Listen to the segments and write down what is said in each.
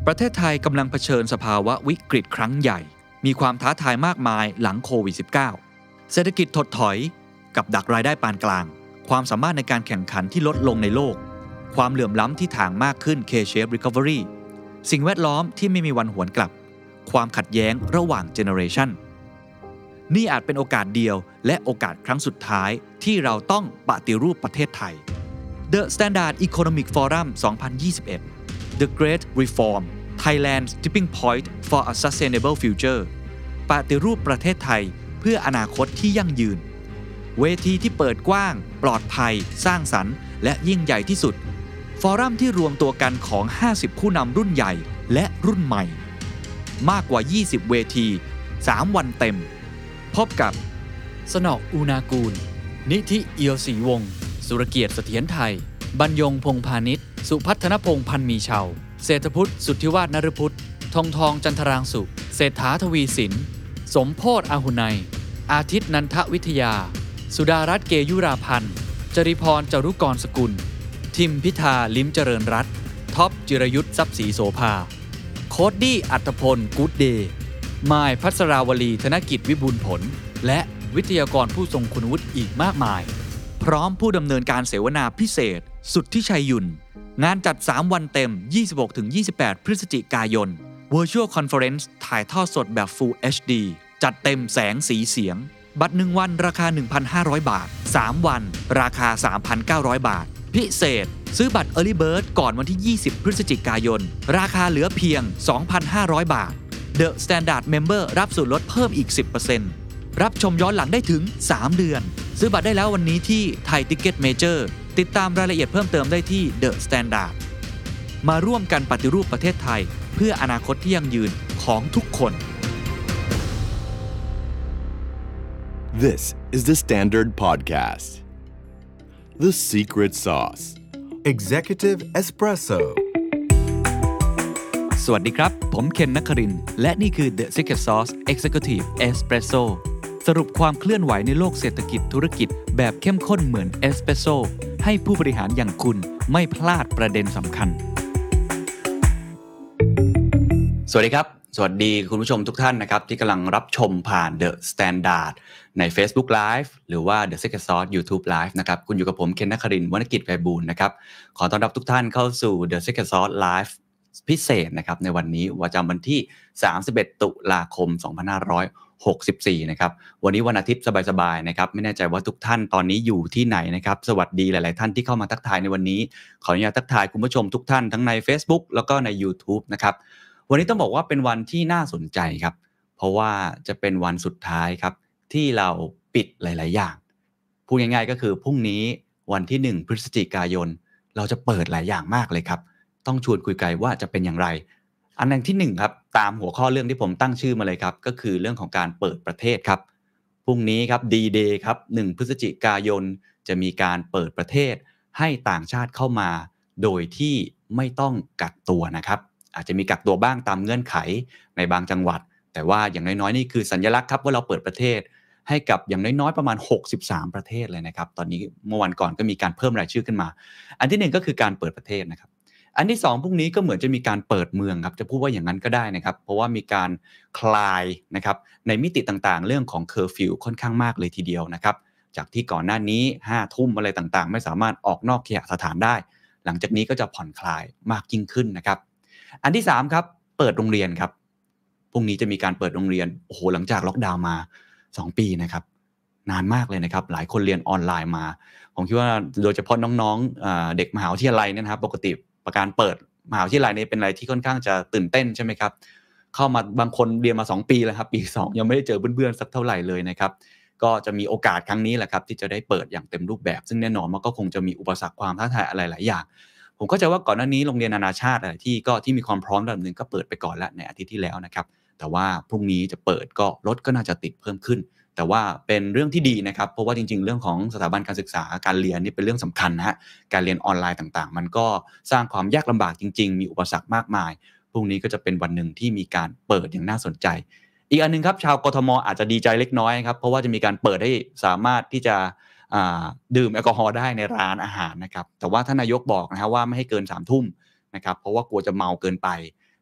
ประเทศไทยกำลังเผชิญสภาวะวิกฤตครั้งใหญ่มีความท้าทายมากมายหลังโควิด -19 เศรษฐกิจถดถอยกับดักรายได้ปานกลางความสามารถในการแข่งขันที่ลดลงในโลกความเหลื่อมล้ำที่ถ่างมากขึ้น K-shaped recovery สิ่งแวดล้อมที่ไม่มีวันหวนกลับความขัดแย้งระหว่างเจเนอเรชันนี่อาจเป็นโอกาสเดียวและโอกาสครั้งสุดท้ายที่เราต้องปฏิรูปประเทศไทย The Standard Economic Forum 2021 The Great Reform Thailand's Tipping Point for a Sustainable Future ปฏิรูปประเทศไทยเพื่ออนาคตที่ยั่งยืนเวทีที่เปิดกว้างปลอดภัยสร้างสรรค์และยิ่งใหญ่ที่สุดฟอรัมที่รวมตัวกันของ50ผู้นำรุ่นใหญ่และรุ่นใหม่มากกว่า20เวที3วันเต็มพบกับสนอกอูนากูลนิธิเอียวศรีวงศ์สุรเกียรติเสถียรไทยบรรยงพงษ์พาณิชย์สุพัฒนพงษ์พันมีเชาเศรษฐพุทธสุทธิวาฒนฤพุทธทองจันทรางสุเศรษฐาทวีสินสมโพธิ์อาหุไนอาทิตย์นันทวิทยาสุดารัตน์เกยุราพันธ์จริพรจารุกรสกุลทิมพิธาลิ้มเจริญรัตน์ท็อปจิรยุทธทรัพย์ศรีโสภาโคดดี้อัตพลกู๊ดเดย์มายพัสราวลีธนกิจวิบูลย์ผลและวิทยากรผู้ทรงคุณวุฒิอีกมากมายพร้อมผู้ดำเนินการเสวนาพิเศษสุทธิชัยยุนงานจัด3วันเต็ม 26-28 พฤศจิกายน Virtual Conference ถ่ายทอดสดแบบ Full HD จัดเต็มแสงสีเสียงบัตร1วันราคา 1,500 บาท3วันราคา 3,900 บาทพิเศษซื้อบัตร Early Bird ก่อนวันที่ 20 พฤศจิกายนราคาเหลือเพียง 2,500 บาท The Standard Member รับส่วนลดเพิ่มอีก 10% รับชมย้อนหลังได้ถึง3เดือนซื้อบัตรได้แล้ววันนี้ที่ Thai Ticket Major ติดตามรายละเอียดเพิ่มเติมได้ที่ The Standard มาร่วมกันปฏิรูปประเทศไทยเพื่ออนาคตที่ยั่งยืนของทุกคน This is the Standard Podcast. The Secret Sauce. Executive Espresso. สวัสดีครับผมเคนนครินทร์และนี่คือ The Secret Sauce Executive Espresso สรุปความเคลื่อนไหวในโลกเศรษฐกิจธุรกิจแบบเข้มข้นเหมือนเอสเปรสโซ่ให้ผู้บริหารอย่างคุณไม่พลาดประเด็นสำคัญสวัสดีครับสวัสดีคุณผู้ชมทุกท่านนะครับที่กำลังรับชมผ่าน The Standard ใน Facebook Live หรือว่า The Secret Sauce YouTube Live นะครับคุณอยู่กับผมเคนนครินทร์วรรณกิจไพบูลย์นะครับขอต้อนรับทุกท่านเข้าสู่ The Secret Sauce Live พิเศษนะครับในวันนี้ประจำวันที่31ตุลาคม2564นะครับวันนี้วันอาทิตย์สบายๆนะครับไม่แน่ใจว่าทุกท่านตอนนี้อยู่ที่ไหนนะครับสวัสดีหลายๆท่านที่เข้ามาทักทายในวันนี้ขออนุญาตทักทายคุณผู้ชมทุกท่านทั้งใน Facebook แล้วก็ใน YouTube นะครับวันนี้ต้องบอกว่าเป็นวันที่น่าสนใจครับเพราะว่าจะเป็นวันสุดท้ายครับที่เราปิดหลายๆอย่างพูดง่ายๆก็คือพรุ่งนี้วันที่1พฤศจิกายนเราจะเปิดหลายอย่างมากเลยครับต้องชวนคุยกันว่าจะเป็นอย่างไรอันที่1ครับตามหัวข้อเรื่องที่ผมตั้งชื่อมาเลยครับก็คือเรื่องของการเปิดประเทศครับพรุ่งนี้ครับ D-Day ครับ1พฤศจิกายนจะมีการเปิดประเทศให้ต่างชาติเข้ามาโดยที่ไม่ต้องกักตัวนะครับอาจจะมีกักตัวบ้างตามเงื่อนไขในบางจังหวัดแต่ว่าอย่างน้อยๆนี่คือสัญลักษณ์ครับว่าเราเปิดประเทศให้กับอย่างน้อยๆประมาณ63ประเทศเลยนะครับตอนนี้เมื่อวันก่อนก็มีการเพิ่มรายชื่อขึ้นมาอันที่1ก็คือการเปิดประเทศนะครับอันที่2พรุ่งนี้ก็เหมือนจะมีการเปิดเมืองครับจะพูดว่าอย่างนั้นก็ได้นะครับเพราะว่ามีการคลายนะครับในมิติต่างๆเรื่องของเคอร์ฟิวค่อนข้างมากเลยทีเดียวนะครับจากที่ก่อนหน้านี้5 ทุ่มอะไรต่างๆไม่สามารถออกนอกเคหสถานได้หลังจากนี้ก็จะผ่อนคลายมากยิ่งขึ้นนะครับอันที่3ครับเปิดโรงเรียนครับพรุ่งนี้จะมีการเปิดโรงเรียนโอ้โหหลังจากล็อกดาวน์มา2 ปีนะครับนานมากเลยนะครับหลายคนเรียนออนไลน์มาผมคิดว่าโดยเฉพาะน้องๆเด็กมหาวิทยาลัยเนี่ยนะครับปกติการเปิดมหาวิทยาลัยนี้เป็นอะไรที่ค่อนข้างจะตื่นเต้นใช่ไหมครับเข้ามาบางคนเรียนมา2 ปีแล้วครับปี2ยังไม่ได้เจอเพื่อนๆสักเท่าไหร่เลยนะครับก็จะมีโอกาสครั้งนี้แหละครับที่จะได้เปิดอย่างเต็มรูปแบบซึ่งแน่นอนมันก็คงจะมีอุปสรรคความท้าทายอะไรหลายอย่างผมเข้าใจว่าก่อนหน้านี้โรงเรียนนานาชาติอะไรที่มีความพร้อมระดับนึงก็เปิดไปก่อนแล้วในอาทิตย์ที่แล้วนะครับแต่ว่าพรุ่งนี้จะเปิดก็รถก็น่าจะติดเพิ่มขึ้นแต่ว่าเป็นเรื่องที่ดีนะครับเพราะว่าจริงๆเรื่องของสถาบันการศึกษาการเรียนนี่เป็นเรื่องสำคัญนะฮะการเรียนออนไลน์ต่างๆมันก็สร้างความยากลำบากจริงๆมีอุปสรรคมากมายพรุ่งนี้ก็จะเป็นวันหนึ่งที่มีการเปิดอย่างน่าสนใจอีกอันนึงครับชาวกทมอาจจะดีใจเล็กน้อยครับเพราะว่าจะมีการเปิดให้สามารถที่จะดื่มแอลกอฮอล์ได้ในร้านอาหารนะครับแต่ว่าท่านนายกบอกนะฮะว่าไม่ให้เกิน 3 ทุ่มนะครับเพราะว่ากลัวจะเมาเกินไป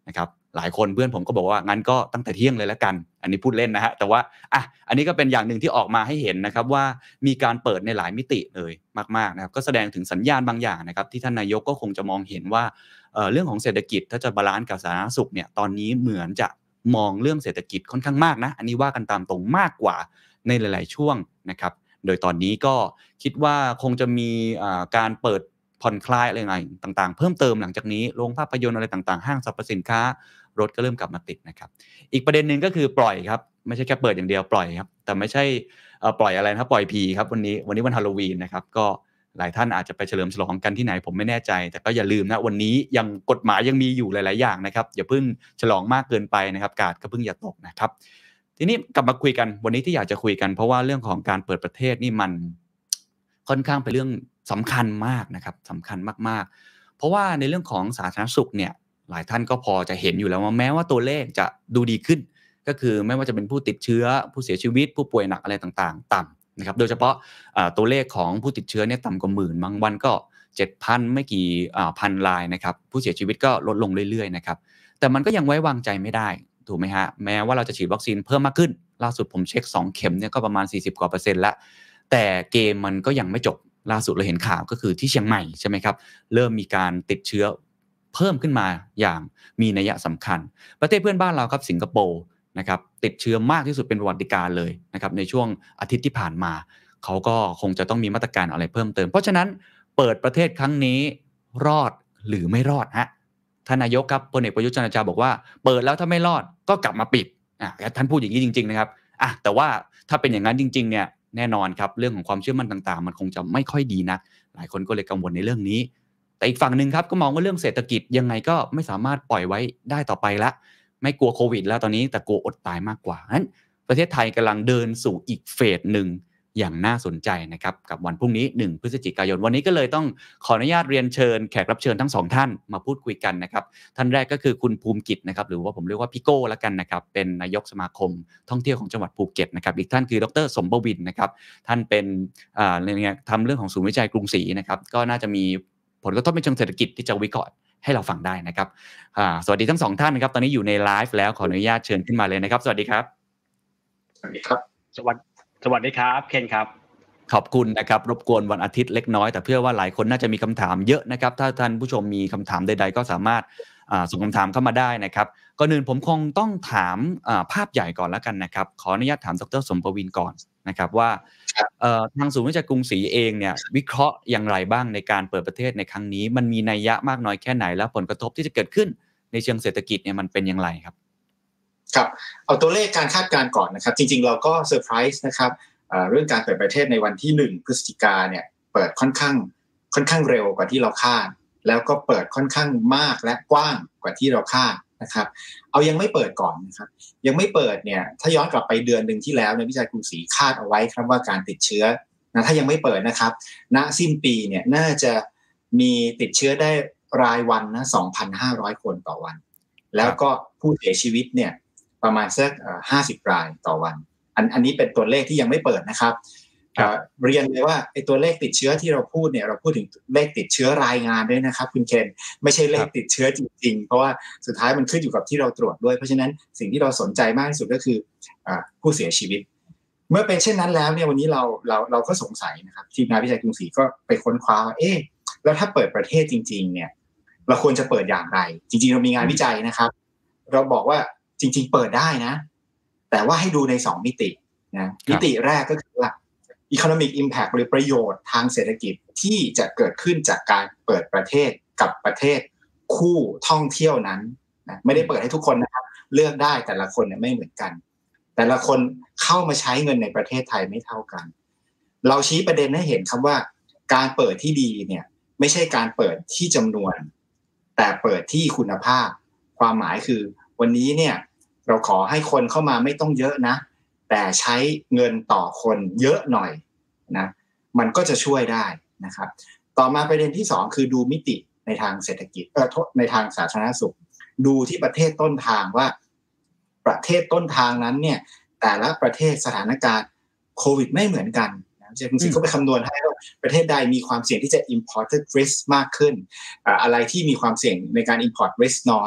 นะครับหลายคนเพื่อนผมก็บอกว่างั้นก็ตั้งแต่เที่ยงเลยแล้วกันอันนี้พูดเล่นนะฮะแต่ว่าอันนี้ก็เป็นอย่างหนึ่งที่ออกมาให้เห็นนะครับว่ามีการเปิดในหลายมิติเลยมากๆนะครับก็แสดงถึงสัญญาณบางอย่างนะครับที่ท่านนายกก็คงจะมองเห็นว่าเรื่องของเศรษฐกิจถ้าจะบาลานซ์กับสาธารณสุขเนี่ยตอนนี้เหมือนจะมองเรื่องเศรษฐกิจค่อนข้างมากนะอันนี้ว่ากันตามตรงมากกว่าในหลายๆช่วงนะครับโดยตอนนี้ก็คิดว่าคงจะมีการเปิดผ่อนคลายอะไรต่างๆเพิ่มเติมหลังจากนี้โรงภาพยนตร์อะไรต่างๆห้างสรรพสินค้ารถก็เริ่มกลับมาติดนะครับอีกประเด็นหนึ่งก็คือปล่อยครับไม่ใช่แค่เปิดอย่างเดียวปล่อยครับแต่ไม่ใช่ปล่อยอะไรนะครับปล่อยผีครับวันนี้วันฮาโลวีนนะครับก็หลายท่านอาจจะไปเฉลิมฉลองกันที่ไหนผมไม่แน่ใจแต่ก็อย่าลืมนะวันนี้ยังกฎหมายยังมีอยู่หลายๆอย่างนะครับอย่าเพิ่งฉลองมากเกินไปนะครับกาดก็เพิ่งอย่าตกนะครับทีนี้กลับมาคุยกันวันนี้ที่อยากจะคุยกันเพราะว่าเรื่องของการเปิดประเทศนี่มันค่อนข้างเป็นเรื่องสำคัญมากนะครับสำคัญมากๆเพราะว่าในเรื่องของสาธารณสุขเนี่ยหลายท่านก็พอจะเห็นอยู่แล้วว่าแม้ว่าตัวเลขจะดูดีขึ้นก็คือไม่ว่าจะเป็นผู้ติดเชื้อผู้เสียชีวิตผู้ป่วยหนักอะไรต่างๆต่ำนะครับโดยเฉพาะตัวเลขของผู้ติดเชื้อเนี่ยต่ำกว่าหมื่นบางวันก็ 7,000 ไม่กี่พันรายนะครับผู้เสียชีวิตก็ลดลงเรื่อยๆนะครับแต่มันก็ยังไว้วางใจไม่ได้ถูกไหมฮะแม้ว่าเราจะฉีดวัคซีนเพิ่มมากขึ้นล่าสุดผมเช็ค2เข็มเนี่ยก็ประมาณ40%กว่าแล้วแต่เกมมันก็ยังไม่จบล่าสุดเราเห็นข่าวก็คือที่เชียงใหม่ใช่ไหมครับเริ่มมีการติดเชื้อเพิ่มขึ้นมาอย่างมีนัยสำคัญประเทศเพื่อนบ้านเราครับสิงคโปร์นะครับติดเชื้อมากที่สุดเป็นประวัติการณ์เลยนะครับในช่วงอาทิตย์ที่ผ่านมาเขาก็คงจะต้องมีมาตรการอะไรเพิ่มเติมเพราะฉะนั้นเปิดประเทศครั้งนี้รอดหรือไม่รอดฮะท่านนายกครับพลเอกประยุทธ์จันทร์โอชาบอกว่าเปิดแล้วถ้าไม่รอดก็กลับมาปิดท่านพูดอย่างนี้จริงๆนะครับแต่ว่าถ้าเป็นอย่างนั้นจริงๆเนี่ยแน่นอนครับเรื่องของความเชื่อมั่นต่างๆมันคงจะไม่ค่อยดีนักหลายคนก็เลยกังวลในเรื่องนี้แต่อีกฝั่งนึงครับก็มองว่าเรื่องเศรษฐกิจยังไงก็ไม่สามารถปล่อยไว้ได้ต่อไปละไม่กลัวโควิดแล้วตอนนี้แต่กลัวอดตายมากกว่างั้นประเทศไทยกำลังเดินสู่อีกเฟสนึงอย่างน่าสนใจนะครับกับวันพรุ่งนี้1พฤศจิกายนวันนี้ก็เลยต้องขออนุญาตเรียนเชิญแขกรับเชิญทั้ง2ท่านมาพูดคุยกันนะครับท่านแรกก็คือคุณภูมิกิจนะครับหรือว่าผมเรียกว่าพี่โก้ละกันนะครับเป็นนายกสมาคมท่องเที่ยวของจังหวัดภูเก็ตนะครับอีกท่านคือดร.สมบวินนะครับท่านเป็นทำเรื่องของศูนย์วิจัยกรุงศรีนะครับก็น่าจะมีผลกระทบในเชิงเศรษฐกิจที่จะวิเคราะห์ให้เราฟังได้นะครับสวัสดีทั้ง2ท่านนะครับตอนนี้อยู่ในไลฟ์แล้วขออนุญาตเชิญขึ้นมาเลยนะครับสวัสดีครับสวัสดีครับสวัสดีครับเคนครับขอบคุณนะครับรบกวนวันอาทิตย์เล็กน้อยแต่เพื่อว่าหลายคนน่าจะมีคำถามเยอะนะครับถ้าท่านผู้ชมมีคำถามใดๆก็สามารถส่งคำถามเข้ามาได้นะครับก่อนอื่นผมคงต้องถามภาพใหญ่ก่อนแล้วกันนะครับขออนุญาตถามดร.สมบวินก่อนนะครับว่าทางศูนย์วิจัยกรุงศรีเองเนี่ยวิเคราะห์อย่างไรบ้างในการเปิดประเทศในครั้งนี้มันมีนัยยะมากน้อยแค่ไหนแล้วผลกระทบที่จะเกิดขึ้นในเชิงเศรษฐกิจเนี่ยมันเป็นอย่างไรครับครับเอาตัวเลขการคาดการณ์ก่อนนะครับจริงๆเราก็เซอร์ไพรส์นะครับเรื่องการเปิดประเทศในวันที่1พฤศจิกายนเนี่ยเปิดค่อนข้างเร็วกว่าที่เราคาดแล้วก็เปิดค่อนข้างมากและกว้างกว่าที่เราคาดนะครับเอายังไม่เปิดก่อนนะครับยังไม่เปิดเนี่ยถ้าย้อนกลับไปเดือนนึงที่แล้วในวิจัยกรุงศรีคาดเอาไว้ครับว่าการติดเชื้อนะถ้ายังไม่เปิดนะครับณสิ้นปีเนี่ยน่าจะมีติดเชื้อได้รายวันนะ 2,500 คนต่อวันแล้วก็ผู้เสียชีวิตเนี่ยประมาณสัก50 รายต่อวันอันนี้เป็นตัวเลขที่ยังไม่เปิดนะครับเรียนเลยว่าไอ้ตัวเลขติดเชื้อที่เราพูดเนี่ยเราพูดถึงเลขติดเชื้อรายงานด้วยนะครับคุณเคนไม่ใช่เลขติดเชื้อจริงๆเพราะว่าสุดท้ายมันขึ้นอยู่กับที่เราตรวจด้วยเพราะฉะนั้นสิ่งที่เราสนใจมากที่สุดก็คือผู้เสียชีวิตเมื่อเป็นเช่นนั้นแล้วเนี่ยวันนี้เราก็สงสัยนะครับทีมงานวิจัยกรุงศรีก็ไปค้นคว้าว่าแล้วถ้าเปิดประเทศจริงๆเนี่ยเราควรจะเปิดอย่างไรจริงๆเรามีงานวิจัยนะครับเราบอกว่าจริงๆเปิดได้นะแต่ว่าให้ดูใน2มิตินะมิติแรกก็คือว่า economic impact หรือประโยชน์ทางเศรษฐกิจที่จะเกิดขึ้นจากการเปิดประเทศกับประเทศคู่ท่องเที่ยวนั้นนะไม่ได้เปิดให้ทุกคนนะครับเลือกได้แต่ละคนเนี่ยไม่เหมือนกันแต่ละคนเข้ามาใช้เงินในประเทศไทยไม่เท่ากันเราชี้ประเด็นให้เห็นครับว่าการเปิดที่ดีเนี่ยไม่ใช่การเปิดที่จำนวนแต่เปิดที่คุณภาพความหมายคือวันนี้เนี่ยเราขอให้คนเข้ามาไม่ต้องเยอะนะแต่ใช้เงินต่อคนเยอะหน่อยนะมันก็จะช่วยได้นะครับต่อมาประเด็นที่2คือดูมิติในทางเศรษฐกิจในทางสาธารณสุขดูที่ประเทศต้นทางว่าประเทศต้นทางนั้นเนี่ยแต่ละประเทศสถานการณ์โควิดไม่เหมือนกันนะจริงๆก็ไปคำนวณให้ว่าประเทศใดมีความเสี่ยงที่จะ imported risk มากขึ้นอะไรที่มีความเสี่ยงในการ import risk น้อย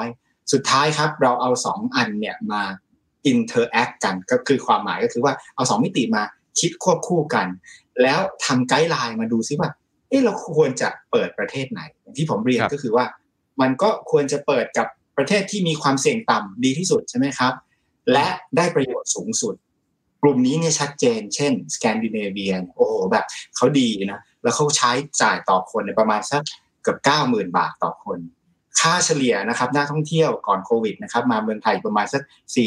สุดท้ายครับเราเอา2อันเนี่ยมา interact กันก็คือความหมายก็คือว่าเอา2มิติมาคิดควบคู่กันแล้วทำไกด์ไลน์มาดูซิว่าเราควรจะเปิดประเทศไหนอย่างที่ผมเรียนก็คือว่ามันก็ควรจะเปิดกับประเทศที่มีความเสี่ยงต่ำดีที่สุดใช่ไหมครับและได้ประโยชน์สูงสุดกลุ่มนี้เนี่ยชัดเจนเช่นสแกนดิเนเวียโอ้โหแบบเขาดีนะแล้วเขาใช้จ่ายต่อคนในประมาณสักเกือบ 90,000 บาทต่อคนค่าเฉลี่ยนะครับนักท่องเที่ยวก่อนโควิดนะครับมาเมืองไทยประมาณสัก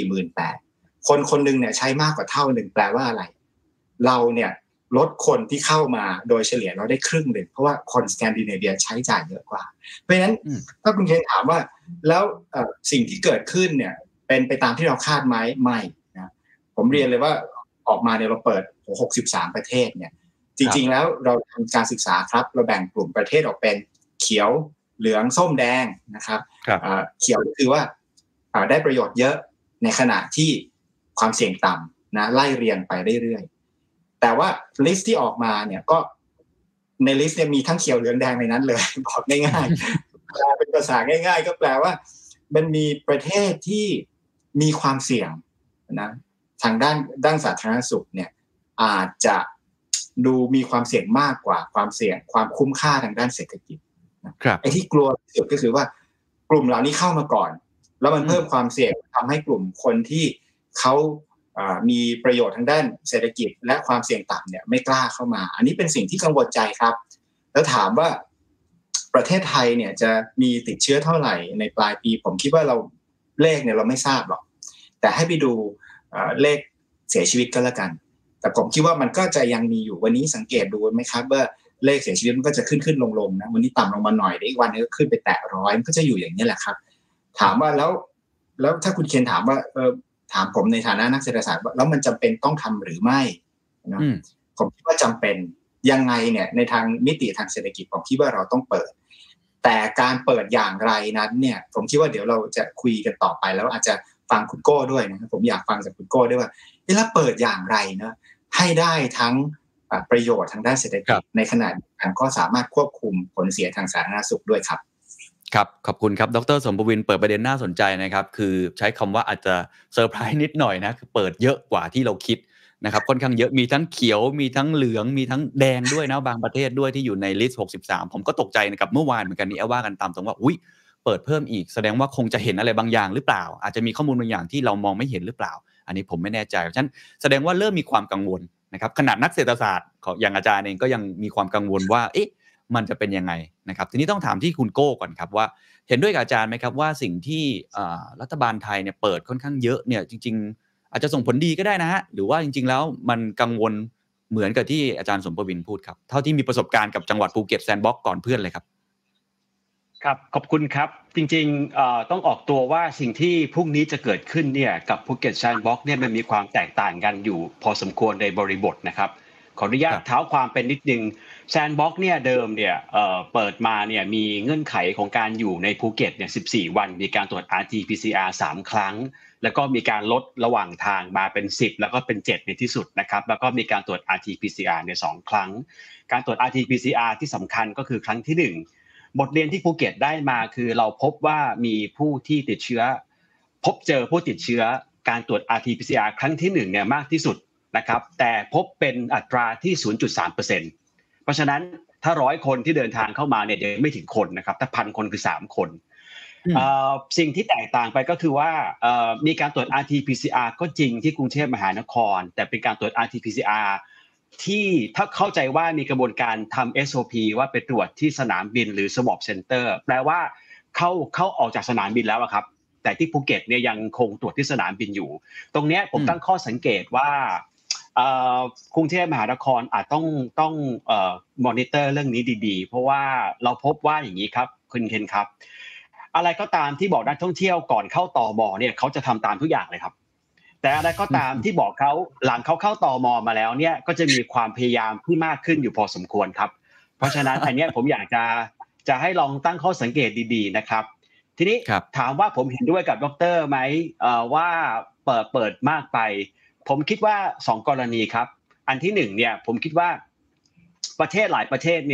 48,000 คนคนนึงเนี่ยใช้มากกว่าเท่านึงแปลว่าอะไรเราเนี่ยลดคนที่เข้ามาโดยเฉลี่ยเราได้ครึ่งนึงเพราะว่าคนสแกนดิเนเวียใช้จ่ายเยอะกว่าเพราะฉะนั้นถ้าคุณเคนถามว่าแล้วสิ่งที่เกิดขึ้นเนี่ยเป็นไปตามที่เราคาดไหมไม่นะผมเรียนเลยว่าออกมาเนี่ยเราเปิด63ประเทศเนี่ยจริงๆแล้วเราทำการศึกษาครับเราแบ่งกลุ่มประเทศออกเป็นเขียวเหลืองส้มแดงนะครับเขียวคือว่าได้ประโยชน์เยอะในขณะที่ความเสี่ยงต่ำนะไล่เรียงไปเรื่อยๆแต่ว่าลิสต์ที่ออกมาเนี่ยก็ในลิสต์เนี่ยมีทั้งเขียวเหลืองแดงในนั้นเลยบอกง่ายๆแปลเป็นภาษาง่ายๆก็แปลว่ามันมีประเทศที่มีความเสี่ยงนะทางด้านสาธารณสุขเนี่ยอาจจะดูมีความเสี่ยงมากกว่าความเสี่ยงความคุ้มค่าทางด้านเศรษฐกิจไอ้ที่กลัวที่สุดก็คือว่ากลุ่มเหล่านี้เข้ามาก่อนแล้วมันเพิ่มความเสี่ยงทำให้กลุ่มคนที่เขามีประโยชน์ทางด้านเศรษฐกิจและความเสี่ยงต่ำเนี่ยไม่กล้าเข้ามาอันนี้เป็นสิ่งที่กังวลใจครับแล้วถามว่าประเทศไทยเนี่ยจะมีติดเชื้อเท่าไหร่ในปลายปีผมคิดว่าเลขเนี่ยเราไม่ทราบหรอกแต่ให้ไปดูเลขเสียชีวิตก็แล้วกันแต่ผมคิดว่ามันก็จะยังมีอยู่วันนี้สังเกตดูไหมครับว่าเลขเสียชีวิตมันก็จะขึ้นลงนะวันนี้ต่ำลงมาหน่อยอีกวันนึงก็ขึ้นไปแตะ100มันก็จะอยู่อย่างนี้แหละครับถามว่าแล้วถ้าคุณเคนถามว่าถามผมในฐานะนักเศรษฐศาสตร์แล้วมันจำเป็นต้องทำหรือไม่นะผมคิดว่าจำเป็นยังไงเนี่ยในทางมิติทางเศรษฐกิจผมคิดว่าเราต้องเปิดแต่การเปิดอย่างไรนั้นเนี่ยผมคิดว่าเดี๋ยวเราจะคุยกันต่อไปแล้วอาจจะฟังคุณโก้ด้วยนะครับผมอยากฟังจากคุณโก้ด้วยว่าแล้วเปิดอย่างไรนะให้ได้ทั้งประโยชน์ทางด้านเศรษฐกิจในขณะเดียวกันก็สามารถควบคุมผลเสียทางสาธารณสุขด้วยครับครับขอบคุณครับดร.สมภวินเปิดประเด็นน่าสนใจนะครับคือใช้คำว่าอาจจะเซอร์ไพรส์นิดหน่อยนะคือเปิดเยอะกว่าที่เราคิดนะครับค่อนข้างเยอะมีทั้งเขียวมีทั้งเหลืองมีทั้งแดงด้วยนะบางประเทศด้วยที่อยู่ในลิสต์63ผมก็ตกใจนะครับเมื่อวานเหมือนกันนี่ว่ากันตามตรงว่าอุ๊ยเปิดเพิ่มอีกแสดงว่าคงจะเห็นอะไรบางอย่างหรือเปล่าอาจจะมีข้อมูลบางอย่างที่เรามองไม่เห็นหรือเปล่าอันนี้ผมไม่แน่ใจเพราะฉะนั้นแสดงว่าเริ่มมีความกังวลนะครับขนาดนักเศรษฐศาสตร์ของอย่างอาจารย์เองก็ยังมีความกังวลว่ามันจะเป็นยังไงนะครับทีนี้ต้องถามที่คุณโก้ก่อนครับว่าเห็นด้วยกับอาจารย์ไหมครับว่าสิ่งที่รัฐบาลไทยเนี่ยเปิดค่อนข้างเยอะเนี่ยจริงๆอาจจะส่งผลดีก็ได้นะฮะหรือว่าจริงๆแล้วมันกังวลเหมือนกับที่อาจารย์สมภวินพูดครับเท่าที่มีประสบการณ์กับจังหวัดภูเก็ตแซนด์บ็อกซ์ก่อนเพื่อนเลยครับครับขอบคุณครับจริงๆต้องออกตัวว่าสิ่งที่พรุ่งนี้จะเกิดขึ้นเนี่ยกับภูเก็ตแซนด์บ็อกซ์เนี่ยมันมีความแตกต่างกันอยู่พอสมควรในบริบทนะครับขออนุญาตเท้าความเป็นนิดนึงแซนด์บ็อกซ์เนี่ยเดิมเนี่ยเปิดมาเนี่ยมีเงื่อนไขของการอยู่ในภูเก็ตเนี่ย14วันมีการตรวจ RT-PCR 3 ครั้งแล้วก็มีการลดระหว่างทางมาเป็น10แล้วก็เป็น7ในที่สุดนะครับแล้วก็มีการตรวจ RT-PCR เนี่ย2ครั้งการตรวจ RT-PCR ที่สำคัญก็คือครั้งที่1บทเรียนที่ภูเก็ตได้มาคือเราพบว่ามีผู้ที่ติดเชื้อพบเจอผู้ติดเชื้อการตรวจ RT-PCR ครั้งที่1เนี่ยมากที่สุดนะครับแต่พบเป็นอัตราที่ 0.3% เพราะฉะนั้นถ้า100คนที่เดินทางเข้ามาเนี่ยเดี๋ยวไม่ถึงคนนะครับถ้า 1,000 คนคือ3คนสิ่งที่แตกต่างไปก็คือว่ามีการตรวจ RT-PCR ก็จริงที่กรุงเทพมหานครแต่เป็นการตรวจ RT-PCR ที่ถ้าเข้าใจว่ามีกระบวนการทำ SOP ว่าไปตรวจที่สนามบินหรือ swab center แปลว่าเข้าออกจากสนามบินแล้วครับแต่ที่ภูเก็ตเนี่ยยังคงตรวจที่สนามบินอยู่ตรงนี้ผมตั้งข้อสังเกตว่ากรุงเทพมหานครอาจต้องมอนิเตอร์เรื่องนี้ดีๆเพราะว่าเราพบว่าอย่างนี้ครับคุณเคนครับอะไรก็ตามที่บอกนักท่องเที่ยวก่อนเข้าตม.เนี่ยเขาจะทำตามทุกอย่างเลยครับแต่อะไรก็ตามที่บอกเขาหลังเขาเข้าตม.มาแล้วเนี่ยก็จะมีความพยายามที่มากขึ้นอยู่พอสมควรครับเพราะฉะนั้นอันนี้ผมอยากจะให้ลองตั้งข้อสังเกตดีๆนะครับทีนี้ถามว่าผมเห็นด้วยกับดร.ไหมว่าเปิดมากไปผมคิดว่า2กรณีครับอันที่1เนี่ยผมคิดว่าประเทศหลายประเทศเนี่ย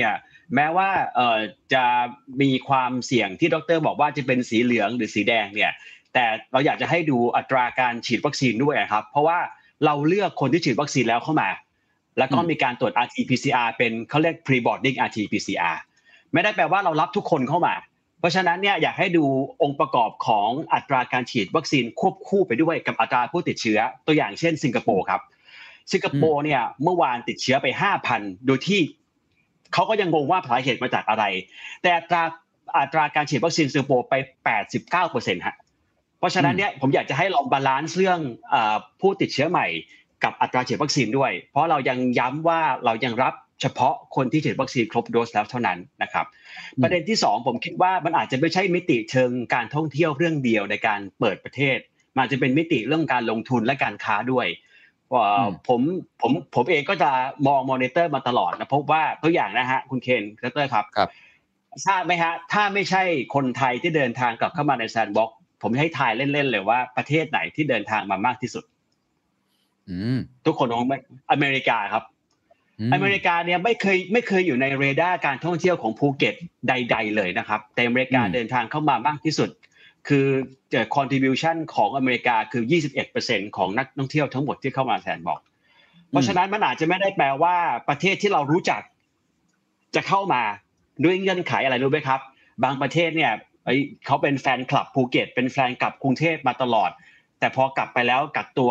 แม้ว่าจะมีความเสี่ยงที่ดร.บอกว่าจะเป็นสีเหลืองหรือสีแดงเนี่ยแต่เราอยากจะให้ดูอัตราการฉีดวัคซีนด้วยครับเพราะว่าเราเลือกคนที่ฉีดวัคซีนแล้วเข้ามาแล้วก็มีการตรวจ RT-PCR เป็นเขาเรียก pre-boarding RT-PCR ไม่ได้แปลว่าเรารับทุกคนเข้ามาเพราะฉะนั้นเนี่ยอยากให้ดูองค์ประกอบของอัตราการฉีดวัคซีนควบคู่ไปด้วยกับอัตราผู้ติดเชื้อตัวอย่างเช่นสิงคโปร์ครับสิงคโปร์เนี่ยเมื่อวานติดเชื้อไป 5,000 โดยที่เขาก็ยังงงว่าสาเหตุมาจากอะไรแต่อัตราการฉีดวัคซีนสิงคโปร์ไป 89% ฮะเพราะฉะนั้นเนี่ยผมอยากจะให้ลองบาลานซ์เรื่องผู้ติดเชื้อใหม่กับอัตราฉีดวัคซีนด้วยเพราะเรายังย้ำว่าเรายังรับเฉพาะคนที่ฉีดวัคซีนครบโดสแล้วเท่านั้นนะครับประเด็นที่2ผมคิดว่ามันอาจจะไม่ใช่มิติเชิงการท่องเที่ยวเรื่องเดียวในการเปิดประเทศมันจะเป็นมิติเรื่องการลงทุนและการค้าด้วยผมเองก็จะมอนิเตอร์มาตลอดนะพบว่าตัวอย่างนะฮะคุณเคนดร.ครับทราบไหมฮะถ้าไม่ใช่คนไทยที่เดินทางกลับเข้ามาในแซนด์บ็อกซ์ผมให้ทายเล่นๆเลยว่าประเทศไหนที่เดินทางมามากที่สุดทุกคนรู้ไหมอเมริกาครับอเมริกาเนี่ยไม่เคยอยู่ในเรดาร์การท่องเที่ยวของภูเก็ตใดๆเลยนะครับแต่อเมริกาเดินทางเข้ามามากที่สุดคือcontribution ของอเมริกาคือ 21% ของนักท่องเที่ยวทั้งหมดที่เข้ามาแซนด์บ็อกซ์เพราะฉะนั้นมันอาจจะไม่ได้แปลว่าประเทศที่เรารู้จักจะเข้ามาด้วยเงื่อนไขอะไรรู้ไหมครับบางประเทศเนี่ยเขาเป็นแฟนคลับภูเก็ตเป็นแฟนคลับกรุงเทพมาตลอดแต่พอกลับไปแล้วกักตัว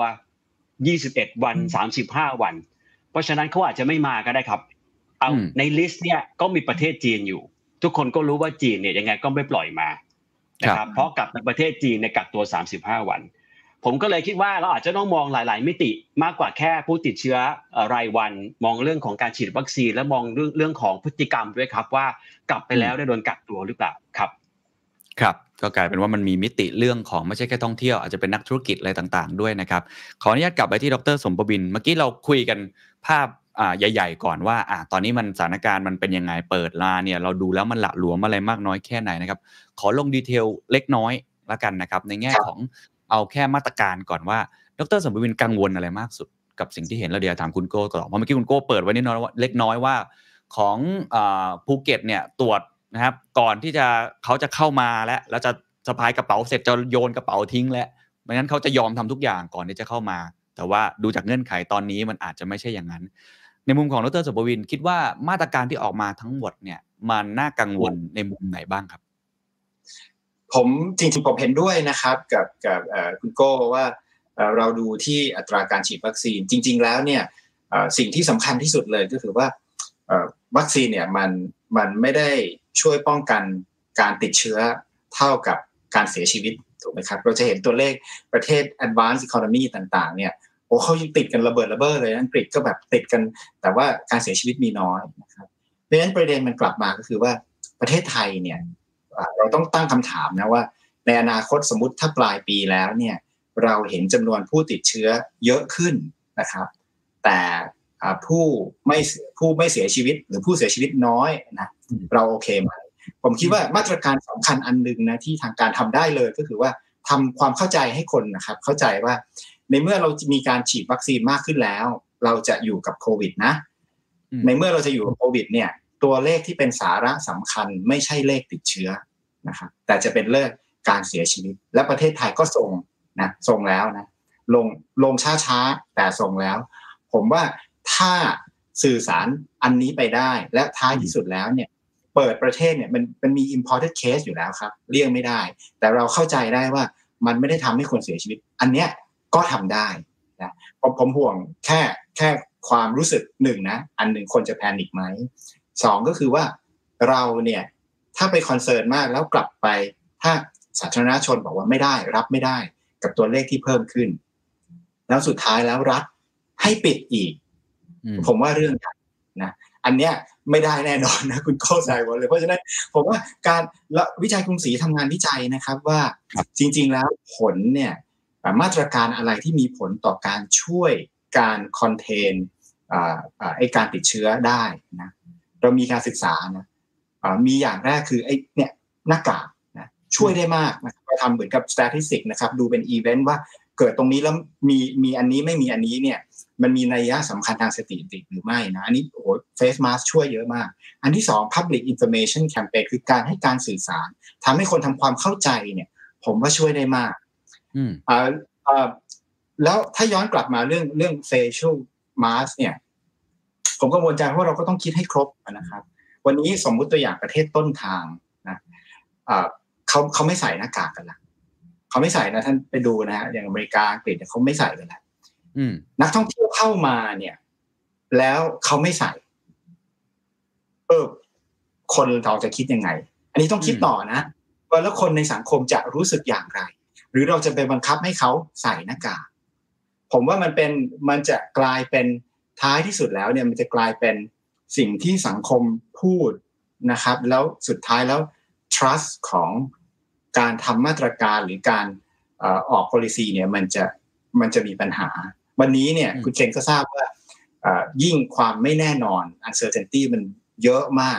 21วัน35วันเพราะฉะนั้นเขาอาจจะไม่มาก็ได้ครับเอาในลิสต์เนี่ยก็มีประเทศจีนอยู่ทุกคนก็รู้ว่าจีนเนี่ยยังไงก็ไม่ปล่อยมานะครับเพราะกลับในประเทศจีนในกักตัว35วันผมก็เลยคิดว่าเราอาจจะต้องมองหลายๆมิติมากกว่าแค่ผู้ติดเชื้อรายวันมองเรื่องของการฉีดวัคซีนและมองเรื่องของพฤติกรรมด้วยครับว่ากลับไปแล้วได้โดนกักตัวหรือเปล่าครับก็กลายเป็นว่ามันมีมิติเรื่องของไม่ใช่แค่ท่องเที่ยวอาจจะเป็นนักธุรกิจอะไรต่างๆด้วยนะครับขออนุญาตกลับไปที่ดร.สมประบินเมื่อกี้เราคุยกันภาพใหญ่ๆก่อนว่าตอนนี้มันสถานการณ์มันเป็นยังไงเปิดมาเนี่ยเราดูแล้วมันหละหลวมอะไรมากน้อยแค่ไหนนะครับขอลงดีเทลเล็กน้อยละกันนะครับในแง่ของเอาแค่มาตรการก่อนว่าดร.สมประบินกังวลอะไรมากสุดกับสิ่งที่เห็นแล้วเดี๋ยวถามคุณโก้ต่อเพราะเมื่อกี้คุณโก้เปิดไว้นิดน้อยว่าเล็กน้อยว่าของภูเก็ตเนี่ยตรวจนะครับก่อนที่เขาจะเข้ามาแล้วจะสะพายกระเป๋าเสร็จจะโยนกระเป๋าทิ้งแล้วไม่งั้นเขาจะยอมทำทุกอย่างก่อนที่จะเข้ามาแต่ว่าดูจากเงื่อนไขตอนนี้มันอาจจะไม่ใช่อย่างนั้นในมุมของดร.สมประวินคิดว่ามาตรการที่ออกมาทั้งหมดเนี่ยมันน่ากังวลในมุมไหนบ้างครับผมจริงๆผมเห็นด้วยนะครับกับคุณโก้ว่าเราดูที่อัตราการฉีดวัคซีนจริงๆแล้วเนี่ยสิ่งที่สำคัญที่สุดเลยก็คือว่าวัคซีนเนี่ยมันไม่ได้ช่วยป้องกันการติดเชื้อเท่ากับการเสียชีวิตถูกไหมครับเราจะเห็นตัวเลขประเทศ advanced economy ต่างๆเนี่ยเขายังติดกันระเบิดระเบ้อเลยอังกฤษก็แบบติดกันแต่ว่าการเสียชีวิตมีน้อยนะครับเพราะฉะนั้นประเด็นมันกลับมาก็คือว่าประเทศไทยเนี่ยเราต้องตั้งคำถามนะว่าในอนาคตสมมุติถ้าปลายปีแล้วเนี่ยเราเห็นจำนวนผู้ติดเชื้อเยอะขึ้นนะครับแต่ผู้ไม่เสียชีวิตหรือผู้เสียชีวิตน้อยนะเราโอเคไหมผมคิดว่ามาตรการสำคัญอันนึงนะที่ทางการทำได้เลยก็คือว่าทำความเข้าใจให้คนนะครับเข้าใจว่าในเมื่อเรามีการฉีดวัคซีนมากขึ้นแล้วเราจะอยู่กับโควิดนะในเมื่อเราจะอยู่กับโควิดเนี่ยตัวเลขที่เป็นสาระสำคัญไม่ใช่เลขติดเชื้อนะครับแต่จะเป็นเลขการเสียชีวิตและประเทศไทยก็ส่งแล้วนะลงช้าๆแต่ส่งแล้วผมว่าถ้าสื่อสารอันนี้ไปได้และท้ายที่สุดแล้วเนี่ยเปิดประเทศเนี่ยมันมี imported case อยู่แล้วครับเลี่ยงไม่ได้แต่เราเข้าใจได้ว่ามันไม่ได้ทำให้คนเสียชีวิตอันเนี้ยก็ทำได้นะผมห่วงแค่ความรู้สึกหนึ่งนะอันหนึ่งคนจะแพนิคไหมสองก็คือว่าเราเนี่ยถ้าไปคอนเซิร์นมากแล้วกลับไปถ้าสาธารณชนบอกว่าไม่ได้รับไม่ได้กับตัวเลขที่เพิ่มขึ้นแล้วสุดท้ายแล้วรัฐให้ปิดอีกผมว่าเรื่องนะอันเนี้ยไม่ได้แน่นอนนะคุณโก้ใจหมดเลยเพราะฉะนั้นผมว่าการวิจัยกรุงศรีทำงานวิจัยนะครับว่าจริงๆแล้วผลเนี่ยมาตรการอะไรที่มีผลต่อการช่วยการคอนเทนไอ้การติดเชื้อได้นะเรามีการศึกษานะมีอย่างแรกคือไอ้เนี่ยหน้ากากนะช่วยได้มากนะเราทำเหมือนกับ statistic นะครับดูเป็นอีเวนต์ว่าเกิดตรงนี้แล้วมีอันนี้ไม่มีอันนี้เนี่ยมันมีนัยสำคัญทางสถิติหรือไม่นะอันนี้โอ้โห Face Mask ช่วยเยอะมากอันที่2 Public Information Campaign คือการให้การสื่อสารทำให้คนทำความเข้าใจเนี่ยผมว่าช่วยได้มากแล้วถ้าย้อนกลับมาเรื่อง facial mask เนี่ยผมกังวลใจเพราะเราก็ต้องคิดให้ครบนะครับวันนี้สมมุติตัวอย่างประเทศต้นทางนะเขาไม่ใส่หน้ากากกันละเขาไม่ใส่นะท่านไปดูนะฮะอย่างอเมริกาอังกฤษเนี่ยเขาไม่ใส่กันแล้วนักท่องเที่ยวเข้ามาเนี่ยแล้วเขาไม่ใส่คนเราจะคิดยังไงอันนี้ต้องคิดต่อนะว่าแล้วคนในสังคมจะรู้สึกอย่างไรหรือเราจะไปบังคับให้เขาใส่หน้ากากผมว่ามันจะกลายเป็นท้ายที่สุดแล้วเนี่ยมันจะกลายเป็นสิ่งที่สังคมพูดนะครับแล้วสุดท้ายแล้ว trust ของการทำมาตรการหรือการออก policy เนี่ยมันจะมีปัญหาวันนี้เนี่ยคุณเคนก็ทราบว่ายิ่งความไม่แน่นอน uncertainty มันเยอะมาก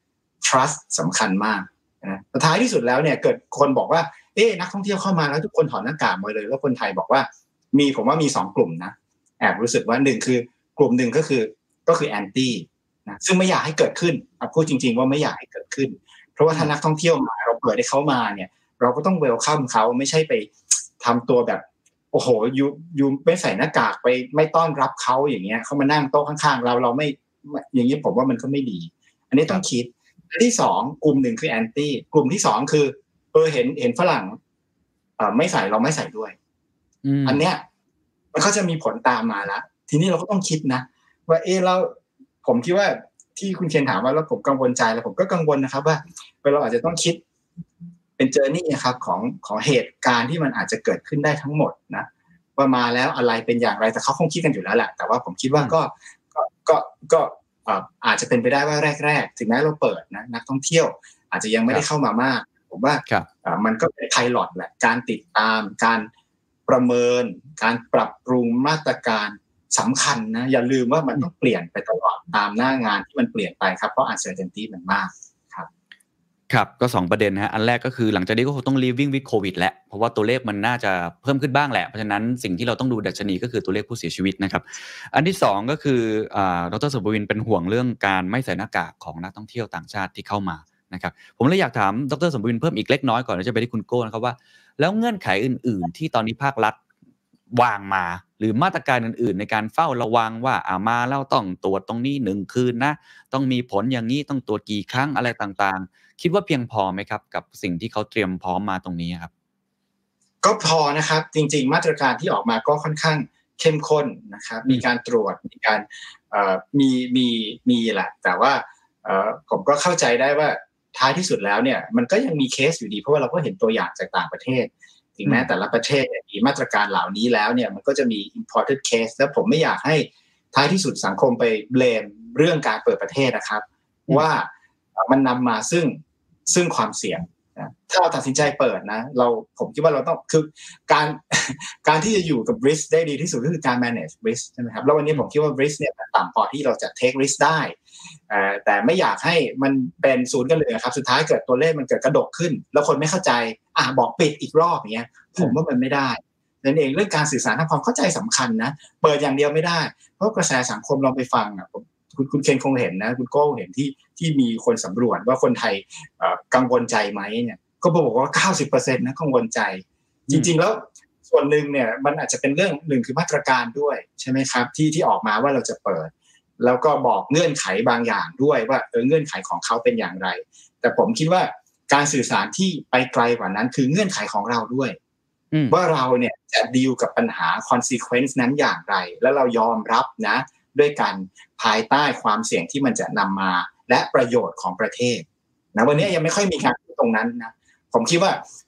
trust สำคัญมากนะท้ายที่สุดแล้วเนี่ยเกิดคนบอกว่านักท่องเที่ยวเข้ามาแล้วทุกคนถอดหน้ากากหมดเลยแล้วคนไทยบอกว่าผมว่ามี2กลุ่มนะแอบรู้สึกว่า1คือกลุ่มหนึ่งก็คือแอนตี้นะซึ่งไม่อยากให้เกิดขึ้นพูดจริงๆว่าไม่อยากให้เกิดขึ้นเพราะว่าถ้านักท่องเที่ยวมาเราเปิดให้เขามาเนี่ยเราก็ต้องเวลคัมเขาไม่ใช่ไปทำตัวแบบโอ้โหยูไม่ใส่หน้ากากไปไม่ต้อนรับเขาอย่างเงี้ยเขามานั่งโต๊ะข้างๆเราไม่อย่างนี้ผมว่ามันก็ไม่ดีอันนี้ต้องคิดอันที่2กลุ่มหนึ่งคือแอนตี้กลุ่มที่2คือเห็นฝรั่งไม่ใส่เราไม่ใส่ด้วยอันเนี้ยมันก็จะมีผลตามมาแล้วทีนี้เราก็ต้องคิดนะว่าแล้วผมคิดว่าที่คุณเคนถามว่าแล้วผมกังวลใจแล้วผมก็กังวลนะครับว่าเราอาจจะต้องคิดเป็นเจอร์นี่นะครับของเหตุการณ์ที่มันอาจจะเกิดขึ้นได้ทั้งหมดนะว่ามาแล้วอะไรเป็นอย่างไรแต่เขาคงคิดกันอยู่แล้วแหละแต่ว่าผมคิดว่าก็อาจจะเป็นไปได้ว่าแรกๆถึงแม้เราเปิดนะนักท่องเที่ยวอาจจะยังไม่ได้เข้ามามากผมว่ามันก็เป็นไพลอตแหละการติดตามการประเมินการปรับปรุงมาตรการสำคัญนะอย่าลืมว่ามันต้องเปลี่ยนไปตลอดตามหน้างานที่มันเปลี่ยนไปครับเพราะ uncertainty มันมากครับก็2ประเด็นนะฮะอันแรกก็คือหลังจากนี้ก็คงต้อง living with covid แล้วเพราะว่าตัวเลขมันน่าจะเพิ่มขึ้นบ้างแหละเพราะฉะนั้นสิ่งที่เราต้องดูดัชนีก็คือตัวเลขผู้เสียชีวิตนะครับอันที่2ก็คือดร.สุภวินเป็นห่วงเรื่องการไม่ใส่หน้ากากของนักท่องเที่ยวต่างชาติที่เข้ามานะครับผมเลยอยากถามดร.สุภวินเพิ่มอีกเล็กน้อยก่อนแล้วจะไปที่คุณโก้นะครับว่าแล้วเงื่อนไขอื่นๆที่ตอนนี้ภาครัฐวางมาหรือมาตรการอื่นๆในการเฝ้าระวังว่ามาแล้วต้องตรวจตรงนี้1คืนนะต้องมีผลอย่างนี้ต้องตรวจกี่ครั้งอะไรต่างๆคิดว่าเพียงพอไหมครับกับสิ่งที่เขาเตรียมพร้อมมาตรงนี้ครับก็พอนะครับจริงๆมาตรการที่ออกมาก็ค่อนข้างเข้มข้นนะครับมีการตรวจมีการมีแหละแต่ว่าผมก็เข้าใจได้ว่าท้ายที่สุดแล้วเนี่ยมันก็ยังมีเคสอยู่ดีเพราะว่าเราก็เห็นตัวอย่างจากต่างประเทศถึงแม้แต่ละประเทศมีมาตรการเหล่านี้แล้วเนี่ยมันก็จะมี imported case แล้วผมไม่อยากให้ท้ายที่สุดสังคมไปเบลมเรื่องการเปิดประเทศนะครับว่ามันนำมาซึ่งความเสี่ยงนะถ้าเราตัดสินใจเปิดนะผมคิดว่าเราต้องคือการที่จะอยู่กับ risk ได้ดีที่สุดก็คือการ manage risk ใช่ไหมครับแล้ววันนี้ผมคิดว่า risk เนี่ยต่ำพอที่เราจะ take risk ได้แต่ไม่อยากให้มันเป็นศูนย์กันเลยครับสุดท้ายเกิดตัวเลขมันเกิดกระดกขึ้นแล้วคนไม่เข้าใจบอกปิดอีกรอบอย่างเงี้ยผมว่ามันไม่ได้นั่นเองเรื่องการสื่อสารทำความเข้าใจสำคัญนะเปิดอย่างเดียวไม่ได้เพราะกระแสสังคมเราไปฟังคุณเคนคงเห็นนะคุณโก้เห็นที่มีคนสำรวจว่าคนไทยกังวลใจไหมเนี่ยก็บอกว่า 90% นะกังวลใจจริงๆแล้วส่วนหนึ่งเนี่ยมันอาจจะเป็นเรื่องหนึ่งคือมาตรการด้วยใช่ไหมครับที่ออกมาว่าเราจะเปิดแล้วก็บอกเงื่อนไขบางอย่างด้วยว่าเงื่อนไขของเขาเป็นอย่างไรแต่ผมคิดว่าการสื่อสารที่ไปไกลกว่านั้นคือเงื่อนไขของเราด้วยว่าเราเนี่ยจะดีลกับปัญหา consequence นั้นอย่างไรแล้วเรายอมรับนะด้วยกันภายใต้ความเสี่ยงที่มันจะนำมาและประโยชน์ของประเทศนะวันนี้ยังไม่ค่อยมีการพูดตรงนั้นนะผมคิดว่า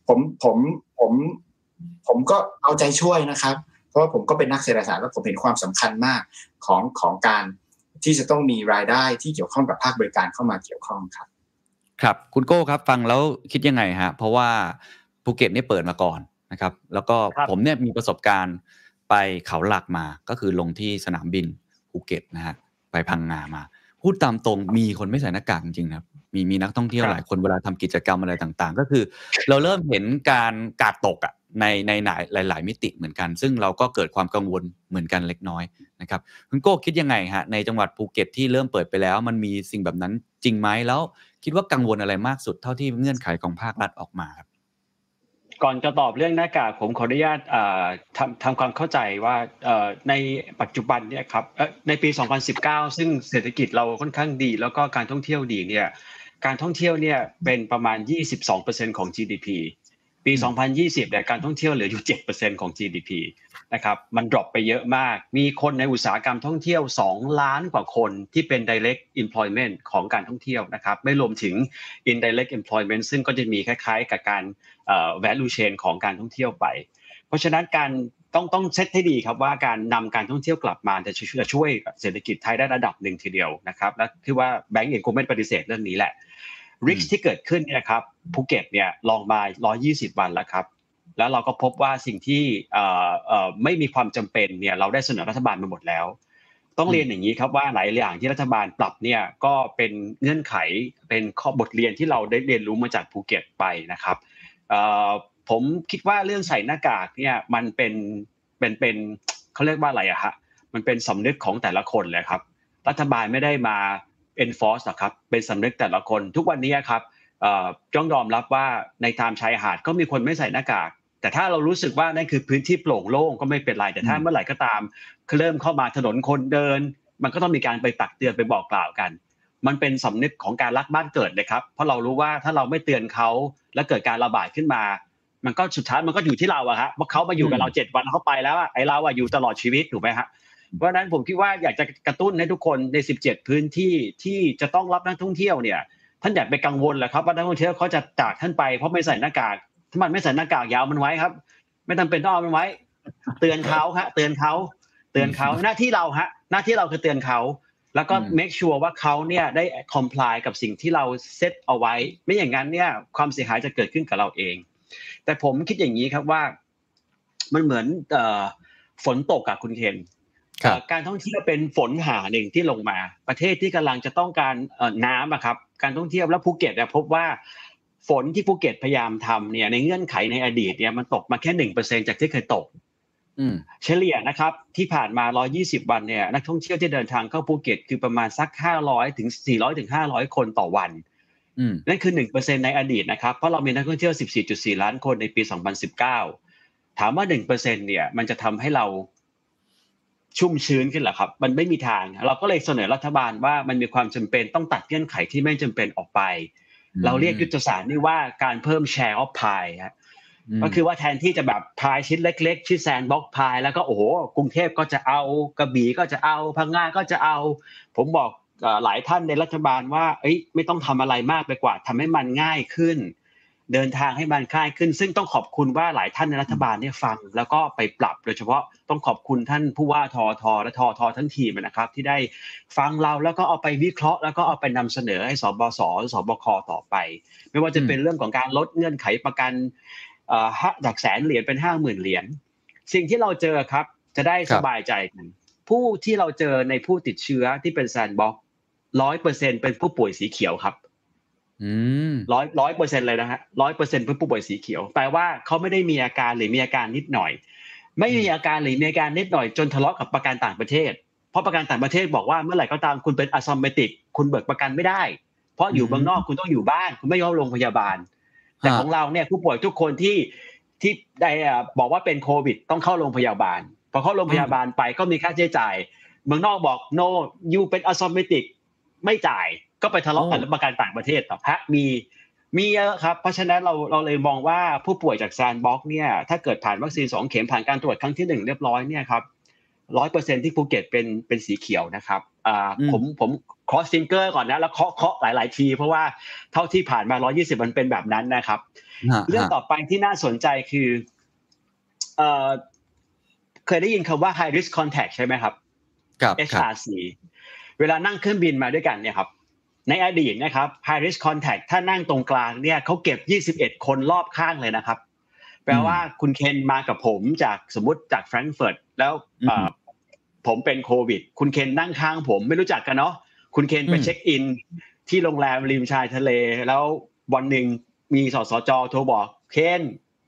ผมก็เอาใจช่วยนะครับเพราะว่าผมก็เป็นนักเศรษฐศาสตร์แล้วผมเห็นความสำคัญมากของการที่จะต้องมีรายได้ที่เกี่ยวข้องกับภาคบริการเข้ามาเกี่ยวข้องครับครับคุณโก้ครับฟังแล้วคิดยังไงฮะเพราะว่าภูเก็ตเนี่ยเปิดมาก่อนนะครับแล้วก็ผมเนี่ยมีประสบการณ์ไปเขาหลักมาก็คือลงที่สนามบินภูเก็ตนะฮะไปพังงามาพูดตามตรงมีคนไม่ใส่หน้ากากจริงๆครับมีนักท่องเที่ยวหลายคนเวลาทำกิจกรรมอะไรต่างๆก็คือเราเริ่มเห็นการกาดตกในหลายมิติเหมือนกันซึ่งเราก็เกิดความกังวลเหมือนกันเล็กน้อยนะครับคุณโก้คิดยังไงฮะในจังหวัดภูเก็ตที่เริ่มเปิดไปแล้วมันมีสิ่งแบบนั้นจริงไหมแล้วคิดว่ากังวลอะไรมากสุดเท่าที่เงื่อนไขของภาครัฐออกมาครับก่อนจะตอบเรื่องหน้ากากผมขออนุญาตทำความเข้าใจว่าในปัจจุบันเนี่ยครับในปี 2019 ซึ่งเศรษฐกิจเราค่อนข้างดีแล้วก็การท่องเที่ยวดีเนี่ยการท่องเที่ยวเนี่ยเป็นประมาณ 22% ของ GDP ปี 2020 เนี่ยการท่องเที่ยวเหลืออยู่ 7% ของ GDP นะครับมันดรอปไปเยอะมากมีคนในอุตสาหกรรมท่องเที่ยว2ล้านกว่าคนที่เป็น direct employment ของการท่องเที่ยวนะครับไม่รวมถึง indirect employment ซึ่งก็จะมีคล้ายๆกับการvalue chain ของการท่องเที่ยวไปเพราะฉะนั้นการต้องเซตให้ดีครับว่าการนำการท่องเที่ยวกลับมาจะช่วยเศรษฐกิจไทยได้ระดับหนึ่งทีเดียวนะครับและที่ว่าแบงก์เองคงไม่ปฏิเสธเรื่องนี้แหละ risk ที่เกิดขึ้นเนี่ยครับภูเก็ตเนี่ยลองมา120วันแล้วครับแล้วเราก็พบว่าสิ่งที่ไม่มีความจำเป็นเนี่ยเราได้เสนอรัฐบาลมาหมดแล้วต้องเรียนอย่างนี้ครับว่าหลายอย่างที่รัฐบาลปรับเนี่ยก็เป็นเงื่อนไขเป็นข้อบทเรียนที่เราได้เรียนรู้มาจากภูเก็ตไปนะครับผมคิดว่าเรื่องใส่หน้ากากเนี่ยมันเป็นเขาเรียกว่าอะไรอะฮะมันเป็นสำนึกของแต่ละคนเลยครับรัฐบาลไม่ได้มา enforce หรอกครับเป็นสำนึกแต่ละคนทุกวันนี้ครับต้องยอมรับว่าในตามชายหาดก็มีคนไม่ใส่หน้ากากแต่ถ้าเรารู้สึกว่านั่นคือพื้นที่โปร่งโล่งก็ไม่เป็นไรแต่ถ้าเมื่อไหร่ก็ตามเริ่มเข้ามาถนนคนเดินมันก็ต้องมีการไปตักเตือนไปบอกกล่าวกันมันเป็นสำนึกของการรักบ้านเกิดเลยครับเพราะเรารู้ว่าถ้าเราไม่เตือนเขาและเกิดการระบาดขึ้นมามันก็สุดท้ายมันก็อยู่ที่เราอะฮะเพราะเขามาอยู่กับเรา7วันเขาไปแล้วไอ้เราอะอยู่ตลอดชีวิตถูกไหมฮะเพราะฉะนั้นผมคิดว่าอยากจะกระตุ้นให้ทุกคนใน17พื้นที่ที่จะต้องรับนักท่องเที่ยวเนี่ยท่านอย่าไปกังวลเลยครับว่านักท่องเที่ยวเขาจะจากท่านไปเพราะไม่ใส่หน้ากากถ้ามันไม่ใส่หน้ากากยาวมันไว้ครับไม่จำเป็นต้องเอามันไว้เตือนเขาฮะเตือนเขาหน้าที่เราฮะหน้าที่เราคือเตือนเขาแล้วก็ make sure ว่าเขาเนี่ยได้ comply กับสิ่งที่เราเซตเอาไว้ไม่อย่างนั้นเนี่ยความเสียหายจะเกิดขึ้นกับเราเองแต่ผมคิดอย่างนี้ครับว่ามันเหมือนฝนตกกับคุณเคนการท่องเที่ยวเป็นฝนหาหนึ่งที่ลงมาประเทศที่กำลังจะต้องการน้ำครับการท่องเที่ยวแล้วภูเก็ตพบว่าฝนที่ภูเก็ตพยายามทำเนี่ยในเงื่อนไขในอดีตเนี่ยมันตกมาแค่ 1% จากที่เคยตกเฉลี่ยนะครับที่ผ่านมา120วันเนี่ยนักท่องเที่ยวที่เดินทางเข้าภูเก็ตคือประมาณสัก500ถึง400ถึง500คนต่อวันนั่นคือ 1% ในอดีตนะครับเพราะเรามีนักท่องเที่ยว 14.4 ล้านคนในปี 2019ถามว่า 1% เนี่ยมันจะทำให้เราชุ่มชื้นขึ้นเหรอครับมันไม่มีทางเราก็เลยเสนอรัฐบาลว่ามันมีความจำเป็นต้องตัดเงื่อนไขที่ไม่จำเป็นออกไปเราเรียกยุทธศาสตร์นี่ว่าการเพิ่ม share of pie ฮะก็คือว่าแทนที่จะแบบพายชิ้นเล็กๆชื่อแซนด์บ็อกซ์พายแล้วก็โอ้โหกรุงเทพก็จะเอากระบี่ก็จะเอาพังงาก็จะเอาผมบอกหลายท่านในรัฐบาลว่าไม่ต้องทำอะไรมากไปกว่าทำให้มันง่ายขึ้นเดินทางให้มันง่ายขึ้นซึ่งต้องขอบคุณว่าหลายท่านในรัฐบาลเนี่ยฟังแล้วก็ไปปรับโดยเฉพาะต้องขอบคุณท่านผู้ว่าททและทททั้งทีมนะครับที่ได้ฟังเราแล้วก็เอาไปวิเคราะห์แล้วก็เอาไปนำเสนอให้สบส.สบค.ต่อไปไม่ว่าจะเป็นเรื่องของการลดเงื่อนไขประกันจาก$100,000เป็น$50,000สิ่งที่เราเจอครับจะได้สบายใจกันผู้ที่เราเจอในผู้ติดเชื้อที่เป็นแซนด์บ็อกซ์ 100% เป็นผู้ป่วยสีเขียวครับ100% เลยนะฮะ 100% เป็นผู้ป่วยสีเขียวแปลว่าเขาไม่ได้มีอาการหรือมีอาการนิดหน่อยไม่มีอาการหรือมีอาการนิดหน่อยจนทะเลาะกับประกันต่างประเทศเพราะประกันต่างประเทศบอกว่าเมื่อไหร่ก็ตามคุณเป็นอะซิมเมติกคุณเบิกประกันไม่ได้เพราะอยู่เมืองนอกคุณต้องอยู่บ้านคุณไม่เข้าโรงพยาบาลแต่ของเราเนี่ยผู้ป่วยทุกคนที่ได้บอกว่าเป็นโควิดต้องเข้าโรงพยาบาลพอเข้าโรงพยาบาลไปก็มีค่าใช้จ่ายเมืองนอกบอก no you เป็นอะซิมเมติกไม่จ่ายก็ไปทะเลาะกันประกันต่างประเทศต่อฮะมีเยอะครับเพราะฉะนั้นเราเลยมองว่าผู้ป่วยจากแซนด์บ็อกซ์เนี่ยถ้าเกิดผ่านวัคซีน2เข็มผ่านการตรวจครั้งที่1เรียบร้อยเนี่ยครับ 100% ที่ภูเก็ตเป็นสีเขียวนะครับผม cross finger ก่อนนะแล้วเคาะหลายๆทีเพราะว่าเท่าที่ผ่านมา120มันเป็นแบบนั้นนะครับเรื่องต่อไปที่น่าสนใจคือเคยได้ยินคำว่า high risk contact ใช่ไหมครับ HRC เวลานั่งเครื่องบินมาด้วยกันเนี่ยครับในอดีตนะครับ high risk contact ถ้านั่งตรงกลางเนี่ยเขาเก็บ21คนรอบข้างเลยนะครับแปลว่าคุณเคนมากับผมจากสมมุติจากแฟรงก์เฟิร์ตแล้วผมเป็นโควิดคุณเคนนั่งข้างผมไม่รู้จักกันเนาะคุณเคนไปเช็คอินที่โรงแรมริมชายทะเลแล้ววันหนึ่งมีสสจโทรบอกเคน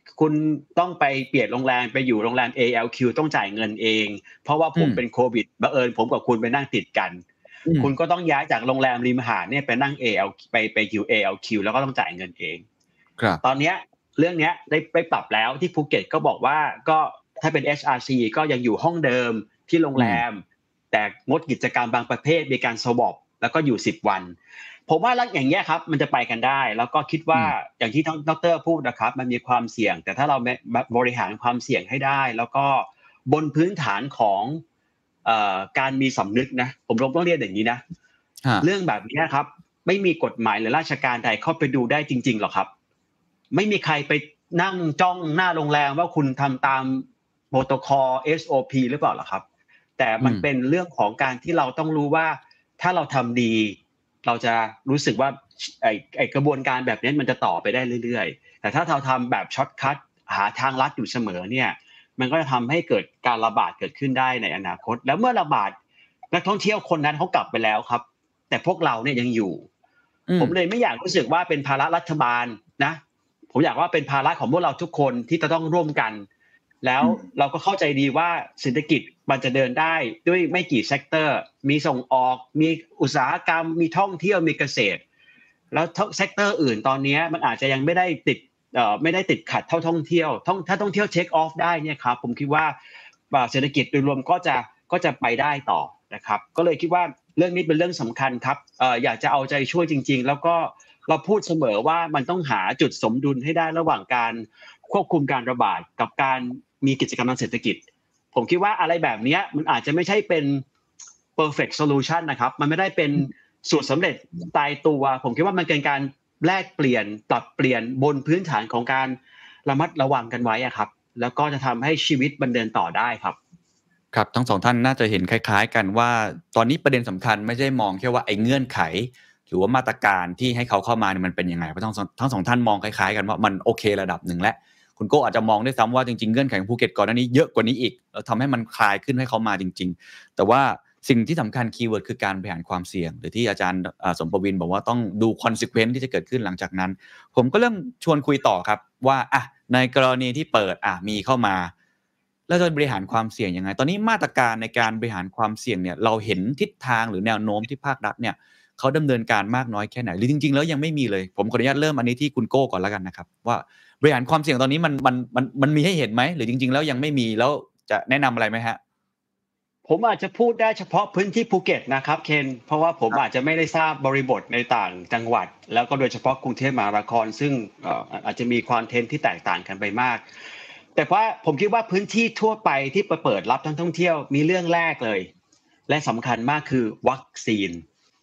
คุณต้องไปเปลี่ยนโรงแรมไปอยู่โรงแรม ALQ ต้องจ่ายเงินเองเพราะว่าผมเป็นโควิดบังเอิญผมกับคุณไปนั่งติดกันคุณก็ต้องย้ายจากโรงแรมริมหาดเนี่ยไปนั่ง ALQ ไปอยู่ ALQ แล้วก็ต้องจ่ายเงินเองตอนเนี้ยเรื่องเนี้ยได้ไปปรับแล้วที่ภูเก็ตก็บอกว่าก็ถ้าเป็น HRC ก็ยังอยู่ห้องเดิมที่โรงแรมแต่งดกิจกรรมบางประเภทมีการสวอปแล้วก็อยู่10วันผมว่าอย่างเงี้ยครับมันจะไปกันได้แล้วก็คิดว่าอย่างที่ดร.พูดนะครับมันมีความเสี่ยงแต่ถ้าเราบริหารความเสี่ยงให้ได้แล้วก็บนพื้นฐานของการมีสำนึกนะผมต้องเรียนอย่างนี้นะเรื่องแบบนี้ครับไม่มีกฎหมายหรือราชการใดเข้าไปดูได้จริงๆหรอกครับไม่มีใครไปนั่งจ้องหน้าโรงแรมว่าคุณทำตามโปรโตคอล SOP หรือเปล่าหรอครับแต่มันเป็นเรื่องของการที่เราต้องรู้ว่าถ้าเราทำดีเราจะรู้สึกว่าไอกระบวนการแบบนี้มันจะต่อไปได้เรื่อยๆแต่ถ้าเราทำแบบช็อตคัทหาทางลัดอยู่เสมอเนี่ยมันก็จะทำให้เกิดการระบาดเกิดขึ้นได้ในอนาคตแล้วเมื่อระบาดนักท่องเที่ยวคนนั้นเขากลับไปแล้วครับแต่พวกเราเนี่ยยังอยู่ผมเลยไม่อยากรู้สึกว่าเป็นภาระรัฐบาลนะผมอยากว่าเป็นภาระของพวกเราทุกคนที่จะต้องร่วมกันแล้วเราก็เข้าใจดีว่าเศรษฐกิจมันจะเดินได้ด้วยไม่กี่เซกเตอร์มีส่งออกมีอุตสาหกรรมมีท่องเที่ยวมีเกษตรแล้วเซกเตอร์อื่นตอนนี้มันอาจจะยังไม่ได้ติดขัดเท่าท่องเที่ยวถ้าท่องเที่ยวเช็คออฟได้เนี่ยครับผมคิดว่าเศรษฐกิจโดยรวมก็จะไปได้ต่อนะครับก็เลยคิดว่าเรื่องนี้เป็นเรื่องสำคัญครับอยากจะเอาใจช่วยจริงๆแล้วก็เราพูดเสมอว่ามันต้องหาจุดสมดุลให้ได้ระหว่างการควบคุมการระบาดกับการมีกิจกรรมทางเศรษฐกิจผมคิดว่าอะไรแบบนี้มันอาจจะไม่ใช่เป็น perfect solution นะครับมันไม่ได้เป็นสูตรสำเร็จตายตัวผมคิดว่ามันเป็นการแลกเปลี่ยนปรับเปลี่ยนบนพื้นฐานของการระมัดระวังกันไว้ครับแล้วก็จะทำให้ชีวิตมันเดินต่อได้ครับครับทั้งสองท่านน่าจะเห็นคล้ายๆกันว่าตอนนี้ประเด็นสำคัญไม่ใช่มองแค่ว่าไอ้เงื่อนไขหรือว่ามาตรการที่ให้เขาเข้ามาเนี่ยมันเป็นยังไงเพราะทั้งสองท่านมองคล้ายๆกันว่ามันโอเคระดับหนึ่งและคุณโก้อาจจะมองได้ซ้ำว่าจริงๆเงื่อนไขของภูเก็ตก่อนหน้านี้เยอะกว่านี้อีกแล้วทำให้มันคลายขึ้นให้เขามาจริงๆแต่ว่าสิ่งที่สำคัญคีย์เวิร์ดคือการบริหารความเสี่ยงหรือที่อาจารย์สมประวินบอกว่าต้องดู consequence ที่จะเกิดขึ้นหลังจากนั้นผมก็เริ่มชวนคุยต่อครับว่าในกรณีที่เปิดมีเข้ามาแล้วจะบริหารความเสี่ยงยังไงตอนนี้มาตรการในการบริหารความเสี่ยงเนี่ยเราเห็นทิศทางหรือแนวโน้มที่ภาครัฐเนี่ยเขาดำเนินการมากน้อยแค่ไหนหรือจริงๆแล้วยังไม่มีเลยผมขออนุญาตเริ่มอันนี้ที่คุณโก้ก่อนแล้วกันนะครับว่าบริหารความเสี่ยงตอนนี้มันมีให้เห็นไหมหรือจริงๆแล้วยังไม่มีแล้วจะแนะนำอะไรไหมฮะผมอาจจะพูดได้เฉพาะพื้นที่ภูเก็ตนะครับเคนเพราะว่าผมอาจจะไม่ได้ทราบบริบทในต่างจังหวัดแล้วก็โดยเฉพาะกรุงเทพมหานครซึ่งอาจจะมีคอนเทนต์ที่แตกต่างกันไปมากแต่ว่าผมคิดว่าพื้นที่ทั่วไปที่เปิดรับนักท่องเที่ยวมีเรื่องแรกเลยและสำคัญมากคือวัคซีน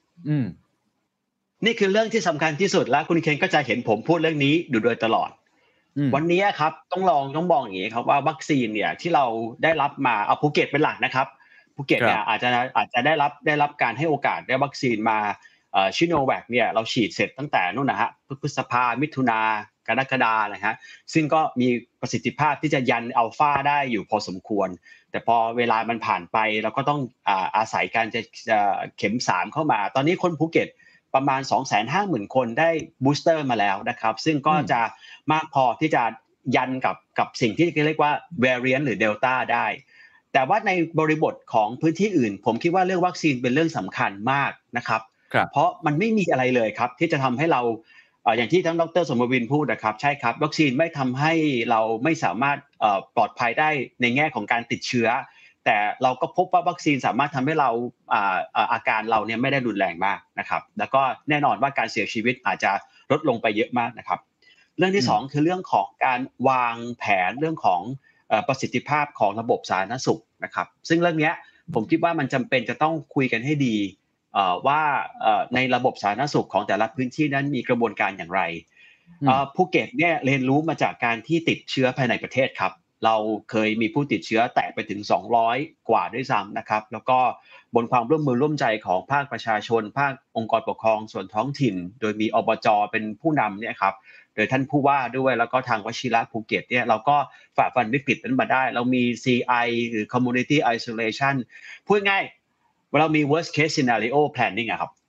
นี่คือเรื่องที่สำคัญที่สุดและคุณเคนก็จะเห็นผมพูดเรื่องนี้อยู่โดยตลอดวันนี้ครับต้องมองอย่างนี้ครับว่าวัคซีนเนี่ยที่เราได้รับมาเอาภูเก็ตเป็นหลักนะครับภูเก็ตเนี่ยอาจจะได้รับการให้โอกาสได้วัคซีนมาชิโนแวคเนี่ยเราฉีดเสร็จตั้งแต่นู่นนะฮะพฤษภามิถุนากรกฎานะฮะซึ่งก็มีประสิทธิภาพที่จะยันอัลฟาได้อยู่พอสมควรแต่พอเวลามันผ่านไปเราก็ต้องอาศัยการจะเข็ม3เข้ามาตอนนี้คนภูเก็ตประมาณ 250,000 คนได้บูสเตอร์มาแล้วนะครับซึ่งก็จะมากพอที่จะยันกับสิ่งที่เรียกว่า variant หรือ Delta ได้แต่ว่าในบริบทของพื้นที่อื่นผมคิดว่าเรื่องวัคซีนเป็นเรื่องสำคัญมากนะครับเพราะมันไม่มีอะไรเลยครับที่จะทำให้เราอย่างที่ทั้งดร.สมวินพูดนะครับใช่ครับวัคซีนไม่ทำให้เราไม่สามารถปลอดภัยได้ในแง่ของการติดเชื้อแต่เราก็พบว่าวัคซีนสามารถทำให้เราอาการเราเนี่ยไม่ได้รุนแรงมากนะครับแล้วก็แน่นอนว่าการเสียชีวิตอาจจะลดลงไปเยอะมากนะครับเรื่องที่2คือเรื่องของการวางแผนเรื่องของประสิทธิภาพของระบบสาธารณสุขนะครับซึ่งเรื่องนี้ผมคิดว่ามันจำเป็นจะต้องคุยกันให้ดีว่าในระบบสาธารณสุขของแต่ละพื้นที่นั้นมีกระบวนการอย่างไรภูเก็ตเนี่ยเรียนรู้มาจากการที่ติดเชื้อภายในประเทศครับเราเคยมีผู้ติดเชื้อแตะไปถึง200กว่าด้วยซ้ำนะครับแล้วก็บนความร่วมมือร่วมใจของภาคประชาชนภาคองค์กรปกครองส่วนท้องถิ่นโดยมีอบจ.เป็นผู้นำเนี่ยครับโดยท่านผู้ว่าด้วยแล้วก็ทางวชิระภูเก็ตเนี่ยเราก็ฝ่าฟันวิกฤตนั้นมาได้เรามี CI หรือ Community Isolation พูดง่ายเรามี worst case scenario planning ครับ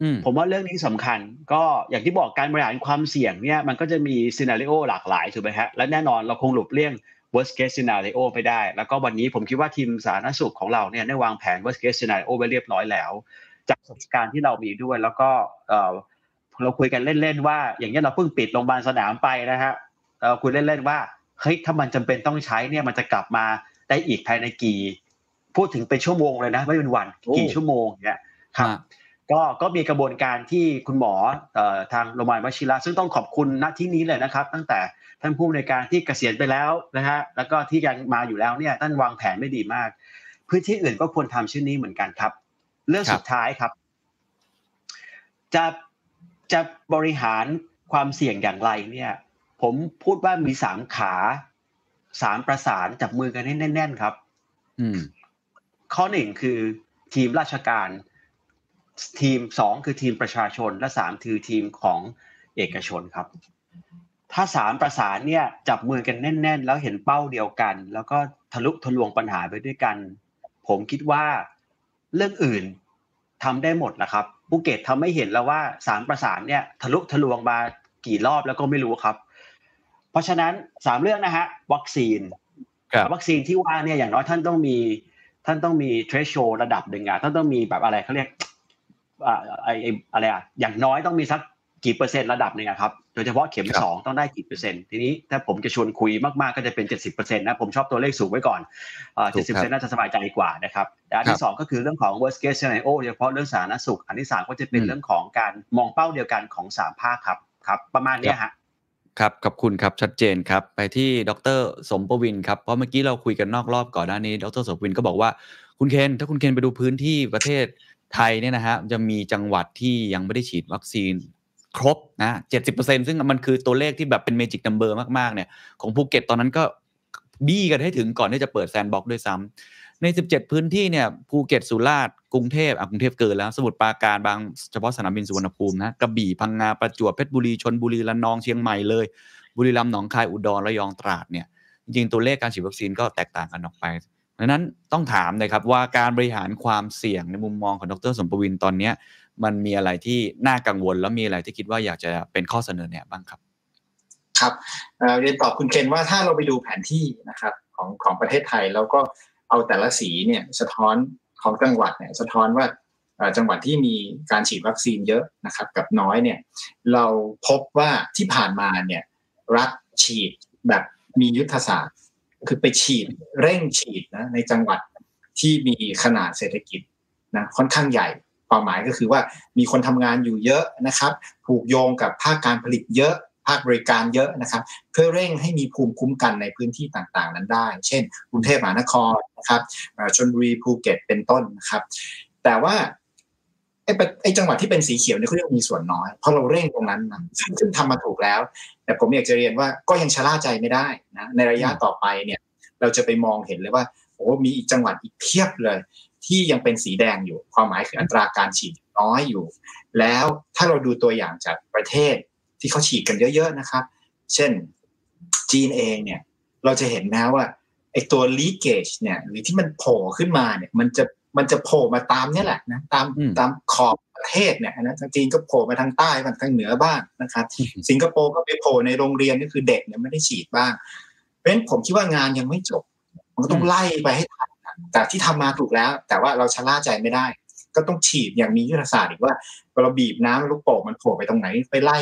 ผมว่าเรื่องนี้สำคัญก็อย่างที่บอกการบริหารความเสี่ยงเนี่ยมันก็จะมีซีนาริโอหลากหลายถูกไหมฮะและแน่นอนเราคงหลบเลี่ยง worst case scenario ไปได้แล้วก็วันนี้ผมคิดว่าทีมสาธารณสุขของเราเนี่ยได้วางแผน worst case scenario ไว้เรียบร้อยแล้วจากประสบการณ์ที่เรามีด้วยแล้วก็เราคุยกันเล่นๆว่าอย่างนี้เราเพิ่งปิดโรงพยาบาลสนามไปนะฮะเราคุยเล่นๆว่าเฮ้ยถ้ามันจำเป็นต้องใช้เนี่ยมันจะกลับมาได้อีกภายในกี่พูดถึงเป็นชั่วโมงเลยนะไม่เป็นวันกี่ชั่วโมงเนี่ยครับก็มีกระบวนการที่คุณหมอทางโรงพยาบาลวชิระซึ่งต้องขอบคุณณที่นี้เลยนะครับตั้งแต่ท่านผู้อำนวยการที่เกษียณไปแล้วนะฮะแล้วก็ที่ยังมาอยู่แล้วเนี่ยท่านวางแผนไม่ดีมากพื้นที่อื่นก็ควรทำเช่นนี้เหมือนกันครับเรื่องสุดท้ายครับจะบริหารความเสี่ยงอย่างไรเนี่ยผมพูดว่ามี3ขา3ประสานจับมือกันให้แน่นๆครับข้อ1คือทีมราชการทีม2คือทีมประชาชนและ3คือทีมของเอกชนครับถ้า3ประสานเนี่ยจับมือกันแน่นๆแล้วเห็นเป้าเดียวกันแล้วก็ทะลุทะลวงปัญหาไปด้วยกันผมคิดว่าเรื่องอื่นทำได้หมดนะครับภูเก็ตทำให้เห็นแล้วว่า3ประสานเนี่ยทะลุทะลวงมากี่รอบแล้วก็ไม่รู้ครับเพราะฉะนั้น3เรื่องนะฮะวัคซีนที่ว่าเนี่ยอย่างน้อยท่านต้องมี threshold ระดับนึงอ่ะท่านต้องมีแบบอะไรเขาเรียกอะไรอ่ะอย่างน้อยต้องมีสักกี่เปอร์เซ็นต์ระดับนึงอ่ะครับโดยเฉพาะเข็ม2ต้องได้กี่เปอร์เซ็นต์ทีนี้ถ้าผมจะชวนคุยมากๆก็จะเป็น 70% นะผมชอบตัวเลขสูงไว้ก่อน 70% น่าจะสบายใจกว่านะครับและอันที่2ก็คือเรื่องของ worst case scenario โดยเฉพาะเรื่องสาธารณสุขอันที่3ก็จะเป็นเรื่องของการมองเป้าเดียวกันของ3ภาคครับประมาณนี้ฮะครับขอบคุณครับชัดเจนครับไปที่ดร.สมประวินครับเพราะเมื่อกี้เราคุยกันนอกรอบก่อนหน้านี้ดร.สมประวินก็บอกว่าคุณเคนถ้าคุณเคนไปดูพื้นที่ประเทศไทยเนี่ยนะฮะจะมีจังหวัดที่ยังไม่ได้ฉีดวัคซีนครบนะ 70% ซึ่งมันคือตัวเลขที่แบบเป็นเมจิกนัมเบอร์มากๆเนี่ยของภูเก็ตตอนนั้นก็บี้กันให้ถึงก่อนที่จะเปิดแซนด์บ็อกซ์ด้วยซ้ำใน17พื้นที่เนี่ยภูเก็ตสุราษฎร์กรุงเทพกรุงเทพเกินแล้วสมุทรปราการบางเฉพาะสนามบินสุวรรณภูมินะกระบี่พังงาประจวบเพชรบุรีชลบุรีระนองเชียงใหม่เลยบุรีรัมย์หนองคายอุดรระยองตราดเนี่ยจริงๆตัวเลขการฉีดวัคซีนก็แตกต่างกันออกไปดังนั้นต้องถามเลยครับว่าการบริหารความเสี่ยงในมุมมองของดร.สมประวินตอนนี้มันมีอะไรที่น่ากังวลแล้วมีอะไรที่คิดว่าอยากจะเป็นข้อเสนอแนะบ้างครับครับเรียนตอบคุณเคนว่าถ้าเราไปดูแผนที่นะครับของประเทศไทยแล้วก็เอาแต่ละสีเนี่ยสะท้อนของจังหวัดเนี่ยสะท้อนว่าจังหวัดที่มีการฉีดวัคซีนเยอะนะครับกับน้อยเนี่ยเราพบว่าที่ผ่านมาเนี่ยรัฐฉีดแบบมียุทธศาสตร์คือไปฉีดเร่งฉีดนะในจังหวัดที่มีขนาดเศรษฐกิจนะค่อนข้างใหญ่ความหมายก็คือว่ามีคนทำงานอยู่เยอะนะครับผูกโยงกับภาคการผลิตเยอะภาคบริการเยอะนะครับเพื่อเร่งให้มีภูมิคุ้มกันในพื้นที่ต่างๆนั้นได้เช่นกรุงเทพมหานครนะครับชลบุรีภูเก็ตเป็นต้นนะครับแต่ว่าไอ้จังหวัดที่เป็นสีเขียวเนี่ยเขาเรียกมีส่วนน้อยเพราะเราเร่งตรงนั้นนะซึ่งทำมาถูกแล้วแต่ผมอยากจะเรียนว่าก็ยังชะล่าใจไม่ได้นะในระยะต่อไปเนี่ยเราจะไปมองเห็นเลยว่าโอ้มีอีกจังหวัดอีกเพียบเลยที่ยังเป็นสีแดงอยู่ความหมายคืออัตราการฉีดน้อยอยู่แล้วถ้าเราดูตัวอย่างจากประเทศที่เขาฉีดกันเยอะๆนะครับเช่นจีนเองเนี่ยเราจะเห็นนะว่าไอ้ตัว leakage เนี่ยหรือที่มันโผล่ขึ้นมาเนี่ยมันจะโผล่มาตามนี่แหละนะตามขอบประเทศเนี่ยนะจีนก็โผล่มาทางใต้บ้างทางเหนือบ้างนะครับสิงคโปร์ก็ไปโผล่ในโรงเรียนก็คือเด็กเนี่ยไม่ได้ฉีดบ้างเพราะฉะนั้นผมคิดว่างานยังไม่จบมันก็ต้องไล่ไปให้ทันแต่ที่ทำมาถูกแล้วแต่ว่าเราชะล่าใจไม่ได้ก็ต้องฉีดอย่างมียุทธศาสตร์อีกว่าเราบีบน้ำลูกโป่งมันโผล่ไปตรงไหนไปไล่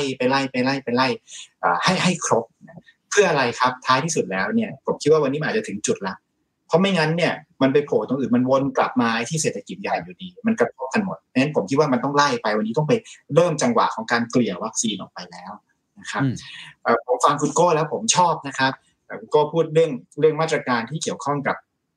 ให้ครบเพื่ออะไรครับท้ายที่สุดแล้วเนี่ยผมคิดว่าวันนี้อาจจะถึงจุดละเพราะไม่งั้นเนี่ยมันไปโผล่ตรงอื่นมันวนกลับมาที่เศรษฐกิจใหญ่อยู่ดีมันกระทบกันหมดเพราะฉะนั้นผมคิดว่ามันต้องไล่ไปวันนี้ต้องไปเริ่มจังหวะของการเกลี่ยวัคซีนออกไปแล้วนะครับผมฟังคุณโก้แล้วผมชอบนะครับคุณโก้พูดเรื่องมาตรการที่เกี่ยวข้องกับ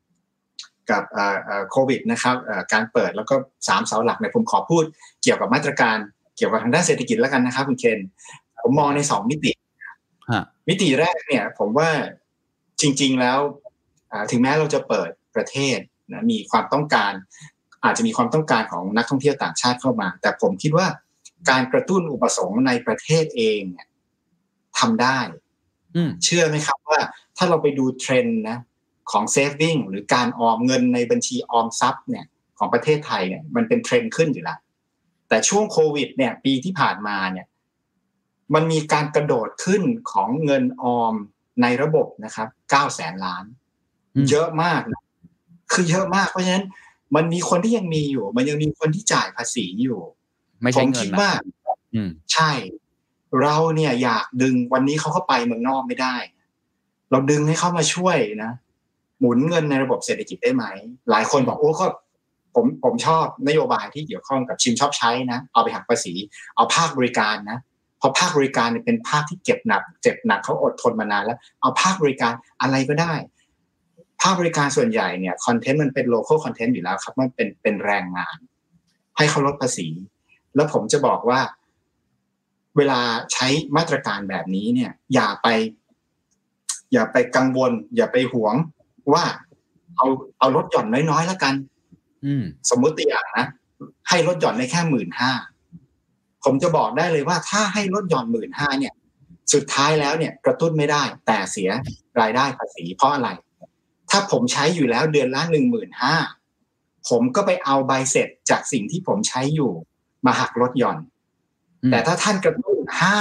โควิดนะครับการเปิดแล้วก็3เสาหลักเนี่ยผมขอพูดเกี่ยวกับมาตรการเกี่ยวกับทางด้านเศรษฐกิจแล้วกันนะครับคุณเคนผมมองใน2มิติมิติแรกเนี่ยผมว่าจริงๆแล้วถึงแม้เราจะเปิดประเทศนะมีความต้องการอาจจะมีความต้องการของนักท่องเที่ยวต่างชาติเข้ามาแต่ผมคิดว่าการกระตุ้นอุปสงค์ในประเทศเองเนี่ยทำได้เชื่อไหมครับว่าถ้าเราไปดูเทรนด์นะของ saving หรือการออมเงินในบัญชีออมทรัพย์เนี่ยของประเทศไทยเนี่ยมันเป็นเทรนด์ขึ้นอยู่แล้วแต่ช่วงโควิดเนี่ยปีที่ผ่านมาเนี่ยมันมีการกระโดดขึ้นของเงินออมในระบบนะครับ900,000 ล้านเยอะมากนะคือเยอะมากเพราะฉะนั้นมันมีคนที่ยังมีอยู่มันยังมีคนที่จ่ายภาษีอยู่ไม่ใช่เงินนะผมคิดว่าใช่เราเนี่ยอยากดึงวันนี้เขาเข้าไปเมืองนอกไม่ได้เราดึงให้เขามาช่วยนะหมุนเงินในระบบเศรษฐกิจได้ไหมหลายคนบอกโอ้ก็ผมชอบนโยบายที่เกี่ยวข้องกับชิมชอบใช้นะเอาไปหักภาษีเอาภาคบริการนะเพราะภาคบริการเนี่ยเป็นภาคที่เจ็บหนักเขาอดทนมานานแล้วเอาภาคบริการอะไรก็ได้ภาคบริการส่วนใหญ่เนี่ยคอนเทนต์มันเป็น local content อยู่แล้วครับมันเป็นแรงงานให้เขาลดภาษีแล้วผมจะบอกว่าเวลาใช้มาตรการแบบนี้เนี่ยอย่าไปกังวลอย่าไปหวงว่าเอาลดหย่อนน้อยๆแล้วกันสมมติตัวอย่างนะให้ลดหย่อนในแค่ 15,000 ผมจะบอกได้เลยว่าถ้าให้ลดหย่อน 15,000 เนี่ยสุดท้ายแล้วเนี่ยกระตุ้นไม่ได้แต่เสียรายได้ภาษีเพราะอะไรถ้าผมใช้อยู่แล้วเดือนละ 15,000 ผมก็ไปเอาใบเสร็จจากสิ่งที่ผมใช้อยู่มาหักลดหย่อนแต่ถ้าท่านกระตุ้น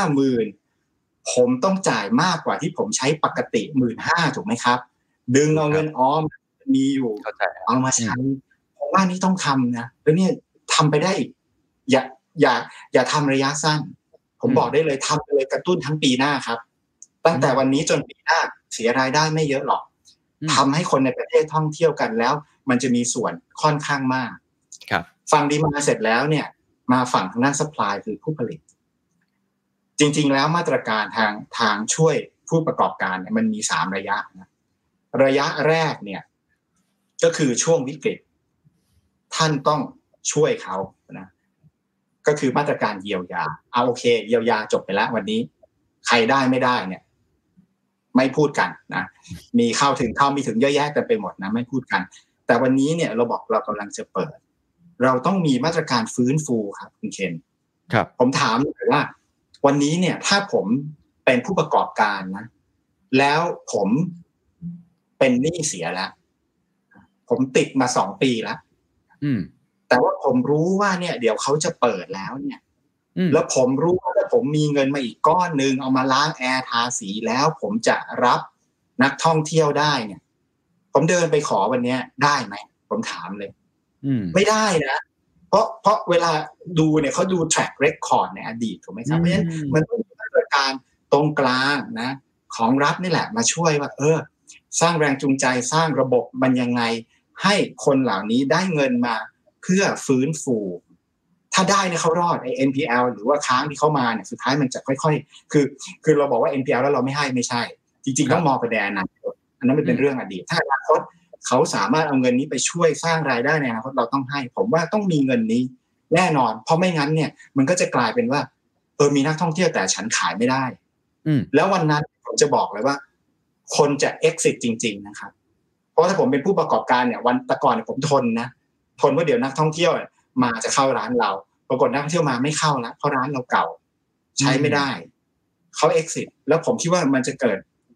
50,000 ผมต้องจ่ายมากกว่าที่ผมใช้ปกติ 15,000 ถูกไหมครับดึงเอาเงินออมมีอยู่เอามาใช้ผมว่านี่ต้องทำนะแล้วเนี่ยทำไปได้อีกอย่าทำระยะสั้นผมบอกได้เลยทำไปเลยกระตุ้นทั้งปีหน้าครับตั้งแต่วันนี้จนปีหน้าเสียรายได้ไม่เยอะหรอกทำให้คนในประเทศท่องเที่ยวกันแล้วมันจะมีส่วนค่อนข้างมากฝั่งดีมานด์เสร็จแล้วเนี่ยมาฝั่งทางด้านซัพพลายคือผู้ผลิตจริงๆแล้วมาตรการทางช่วยผู้ประกอบการเนี่ยมันมี3ระยะนะระยะแรกเนี่ยก็คือช่วงวิกฤตท่านต้องช่วยเขานะก็คือมาตรการเยียวยาโอเคเยียวยาจบไปแล้ววันนี้ใครได้ไม่ได้เนี่ยไม่พูดกันนะมีเข้ามีถึงเยอะแยะกันไปหมดนะไม่พูดกันแต่วันนี้เนี่ยเราบอกเรากำลังจะเปิดเราต้องมีมาตรการฟื้นฟูครับคุณเคนครับผมถามเลยว่าวันนี้เนี่ยถ้าผมเป็นผู้ประกอบการนะแล้วผมเป็นหนี้เสียแล้วผมติดมา2 ปีแล้วแต่ว่าผมรู้ว่าเนี่ยเดี๋ยวเขาจะเปิดแล้วเนี่ยแล้วผมรู้ว่าผมมีเงินมาอีกก้อนนึงเอามาล้างแอร์ทาสีแล้วผมจะรับนักท่องเที่ยวได้เนี่ยผมเดินไปขอวันนี้ได้ไหมผมถามเลยไม่ได้นะเพราะเวลาดูเนี่ยเขาดู track record ในอดีตถูกไหมครับเพราะฉะนั้นมันต้องมีมาตรการตรงกลางนะของรัฐนี่แหละมาช่วยว่าสร้างแรงจูงใจสร้างระบบมันยังไงให้คนเหล่านี้ได้เงินมาเพื่อฟื้นฟูถ้าได้เนี่ยเขารอดไอ้ NPL หรือว่าค้างที่เข้ามาเนี่ยสุดท้ายมันจะค่อยๆคือเราบอกว่า NPL แล้วเราไม่ให้ไม่ใช่จริงๆต้องมองไปในอนาคตอันนั้นเป็นเรื่องอดีตถ้าอนาคตเขาสามารถเอาเงินนี้ไปช่วยสร้างรายได้ในอนาคตเราต้องให้ผมว่าต้องมีเงินนี้แน่นอนเพราะไม่งั้นเนี่ยมันก็จะกลายเป็นว่ามีนักท่องเที่ยวแต่ฉันขายไม่ได้แล้ววันนั้นผมจะบอกเลยว่าคนจะ exit จริงๆนะครับเพราะถ้าผมเป็นผู้ประกอบการเนี่ยวันแต่ก่อนผมทนว่าเดี๋ยวนักท่องเที่ยวมาจะเข้าร้านเราปรากฏนักท่องเที่ยวมาไม่เข้าแล้วเพราะร้านเราเก่าใช้ไม่ได้เขา exit แล้วผมคิดว่ามันจะเกิด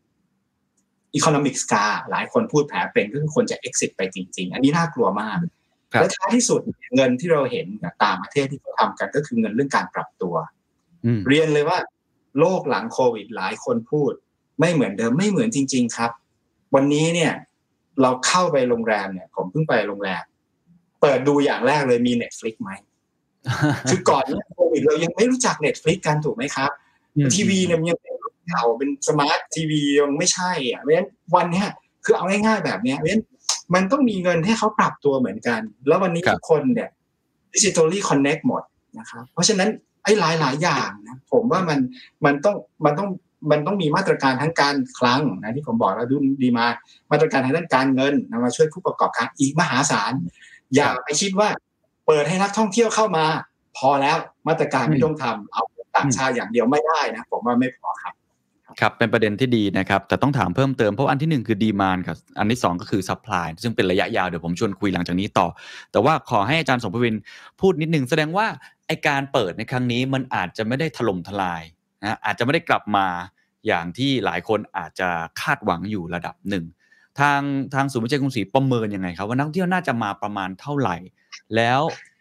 economic scar หลายคนพูดแผลเป็นก็คือคนจะ exit ไปจริงๆอันนี้น่ากลัวมากและท้ายที่สุดเงินที่เราเห็นต่างประเทศที่เขาทำกันก็คือเงินเรื่องการปรับตัวเรียนเลยว่าโลกหลังโควิดหลายคนพูดไม่เหมือนเดิมไม่เหมือนจริงๆครับวันนี้เนี่ยเราเข้าไปโรงแรมเนี่ยผมเพิ่งไปโรงแรมเปิดดูอย่างแรกเลยมี Netflix ไหม คือก่อนโควิดเรายังไม่รู้จัก Netflix กันถูกไหมครับทีวีเนี่ยมันยังเป็นรุ่นเก่าเป็นสมาร์ททีวียังไม่ใช่เพราะฉะนั้นวันนี้คือเอาง่ายๆแบบนี้เพราะฉะนั้นมันต้องมีเงินให้เขาปรับตัวเหมือนกันแล้ววันนี้ทุกคนเนี่ย digitally connect หมดนะครับเพราะฉะนั้นไอ้หลายๆอย่างนะผมว่ามันต้องมีมาตรการทั้งการคลังนะที่ผมบอกแล้วดูดีมาตรการทางด้านการเงินมาช่วยผู้ประกอบการอีกมหาศาลอย่าไปคิดว่าเปิดให้นักท่องเที่ยวเข้ามาพอแล้วมาตรการไม่ต้องทำเอาต่างชาติอย่างเดียวไม่ได้นะผมว่าไม่พอครับครับเป็นประเด็นที่ดีนะครับแต่ต้องถามเพิ่มเติมเพราะอันที่1คือดีมานด์กับอันที่2ก็คือซัพพลายซึ่งเป็นระยะยาวเดี๋ยวผมชวนคุยหลังจากนี้ต่อแต่ว่าขอให้อาจารย์สมภวินพูดนิดนึงแสดงว่าไอ้การเปิดในครั้งนี้มันอาจจะไม่ได้ถล่มทลายนะอาจจะไม่ได้กลับมาอย่างที่หลายคนอาจจะคาดหวังอยู่ระดับหนึ่งทางศูนย์วิจัยกรุงศรีประเมินยังไงครับว่านักท่องเที่ยวน่าจะมาประมาณเท่าไหร่แล้ว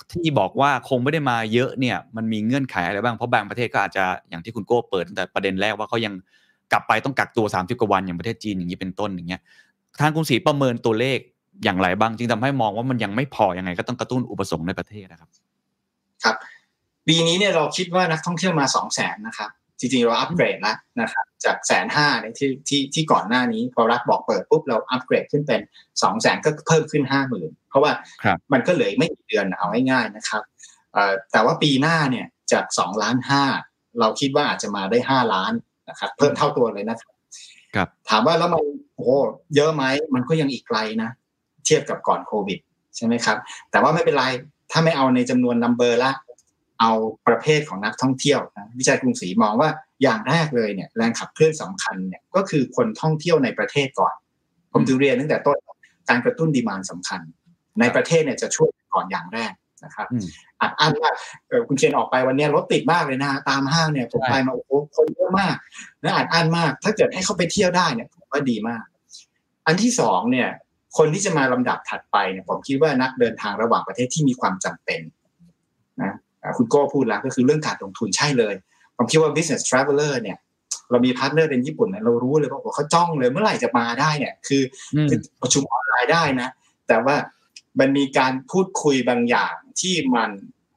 ที่บอกว่าคงไม่ได้มาเยอะเนี่ยมันมีเงื่อนไขอะไรบ้างเพราะบางประเทศก็อาจจะอย่างที่คุณโก้เปิดตั้งแต่ประเด็นแรกว่าเขายังกลับไปต้องกักตัว30กว่าวันอย่างประเทศจีนอย่างนี้เป็นต้นอย่างเงี้ยทางคุณศรีประเมินตัวเลขอย่างไรบ้างจึงทำให้มองว่ามันยังไม่พอยังไงก็ต้องกระตุ้นอุปสงค์ในประเทศนะครับครับปีนี้เนี่ยเราคิดว่านักท่องเที่ยวมา 200,000 นะครับจริงๆเราอัปเกรดแล้วนะครับจาก 150,000 เนี่ยที่ก่อนหน้านี้พอรัฐบอกเปิดปุ๊บเราอัปเกรดขึ้นเป็น 200,000 ก็เพิ่มขึ้น 50,000 เพราะว่ามันก็เหลือไม่กี่เดือนเอาง่ายๆนะครับแต่ว่าปีหน้าเนี่ยจาก2.5 ล้านเราคิดว่าอาจจะมาได้5 ล้านนะครับเพิ่มเท่าตัวเลยนะครับถามว่าแล้วมันโอ้เยอะไหมมันก็ยังอีกไกลนะเทียบกับก่อนโควิดใช่ไหมครับแต่ว่าไม่เป็นไรถ้าไม่เอาในจำนวนนัมเบอร์ละเอาประเภทของนักท่องเที่ยวนะวิจัยกรุงศรีมองว่าอย่างแรกเลยเนี่ยแรงขับเคลื่อนสำคัญเนี่ยก็คือคนท่องเที่ยวในประเทศก่อนผมถึงเรียนตั้งแต่ต้นการกระตุ้นดีมานด์สำคัญในประเทศเนี่ยจะช่วยก่อนอย่างแรกนะครับอัดอั้นมากคุณเคนออกไปวันนี้รถติดมากเลยนะตามห้างเนี่ยผมไปมาโอ้โหคนเยอะมากและอัดอั้นมากถ้าเกิดให้เขาไปเที่ยวได้เนี่ยผมว่าดีมากอันที่สองเนี่ยคนที่จะมาลำดับถัดไปเนี่ยผมคิดว่านักเดินทางระหว่างประเทศที่มีความจำเป็นนะคุณโก้พูดแล้วก็คือเรื่องการลงทุนใช่เลยผมคิดว่า business traveler เนี่ยเรามีพาร์ทเนอร์เป็นญี่ปุ่นเนี่ยเรารู้เลยว่าเขาจ้องเลยเมื่อไหร่จะมาได้เนี่ยคือประชุมออนไลน์ได้นะแต่ว่ามันมีการพูดคุยบางอย่างที่มัน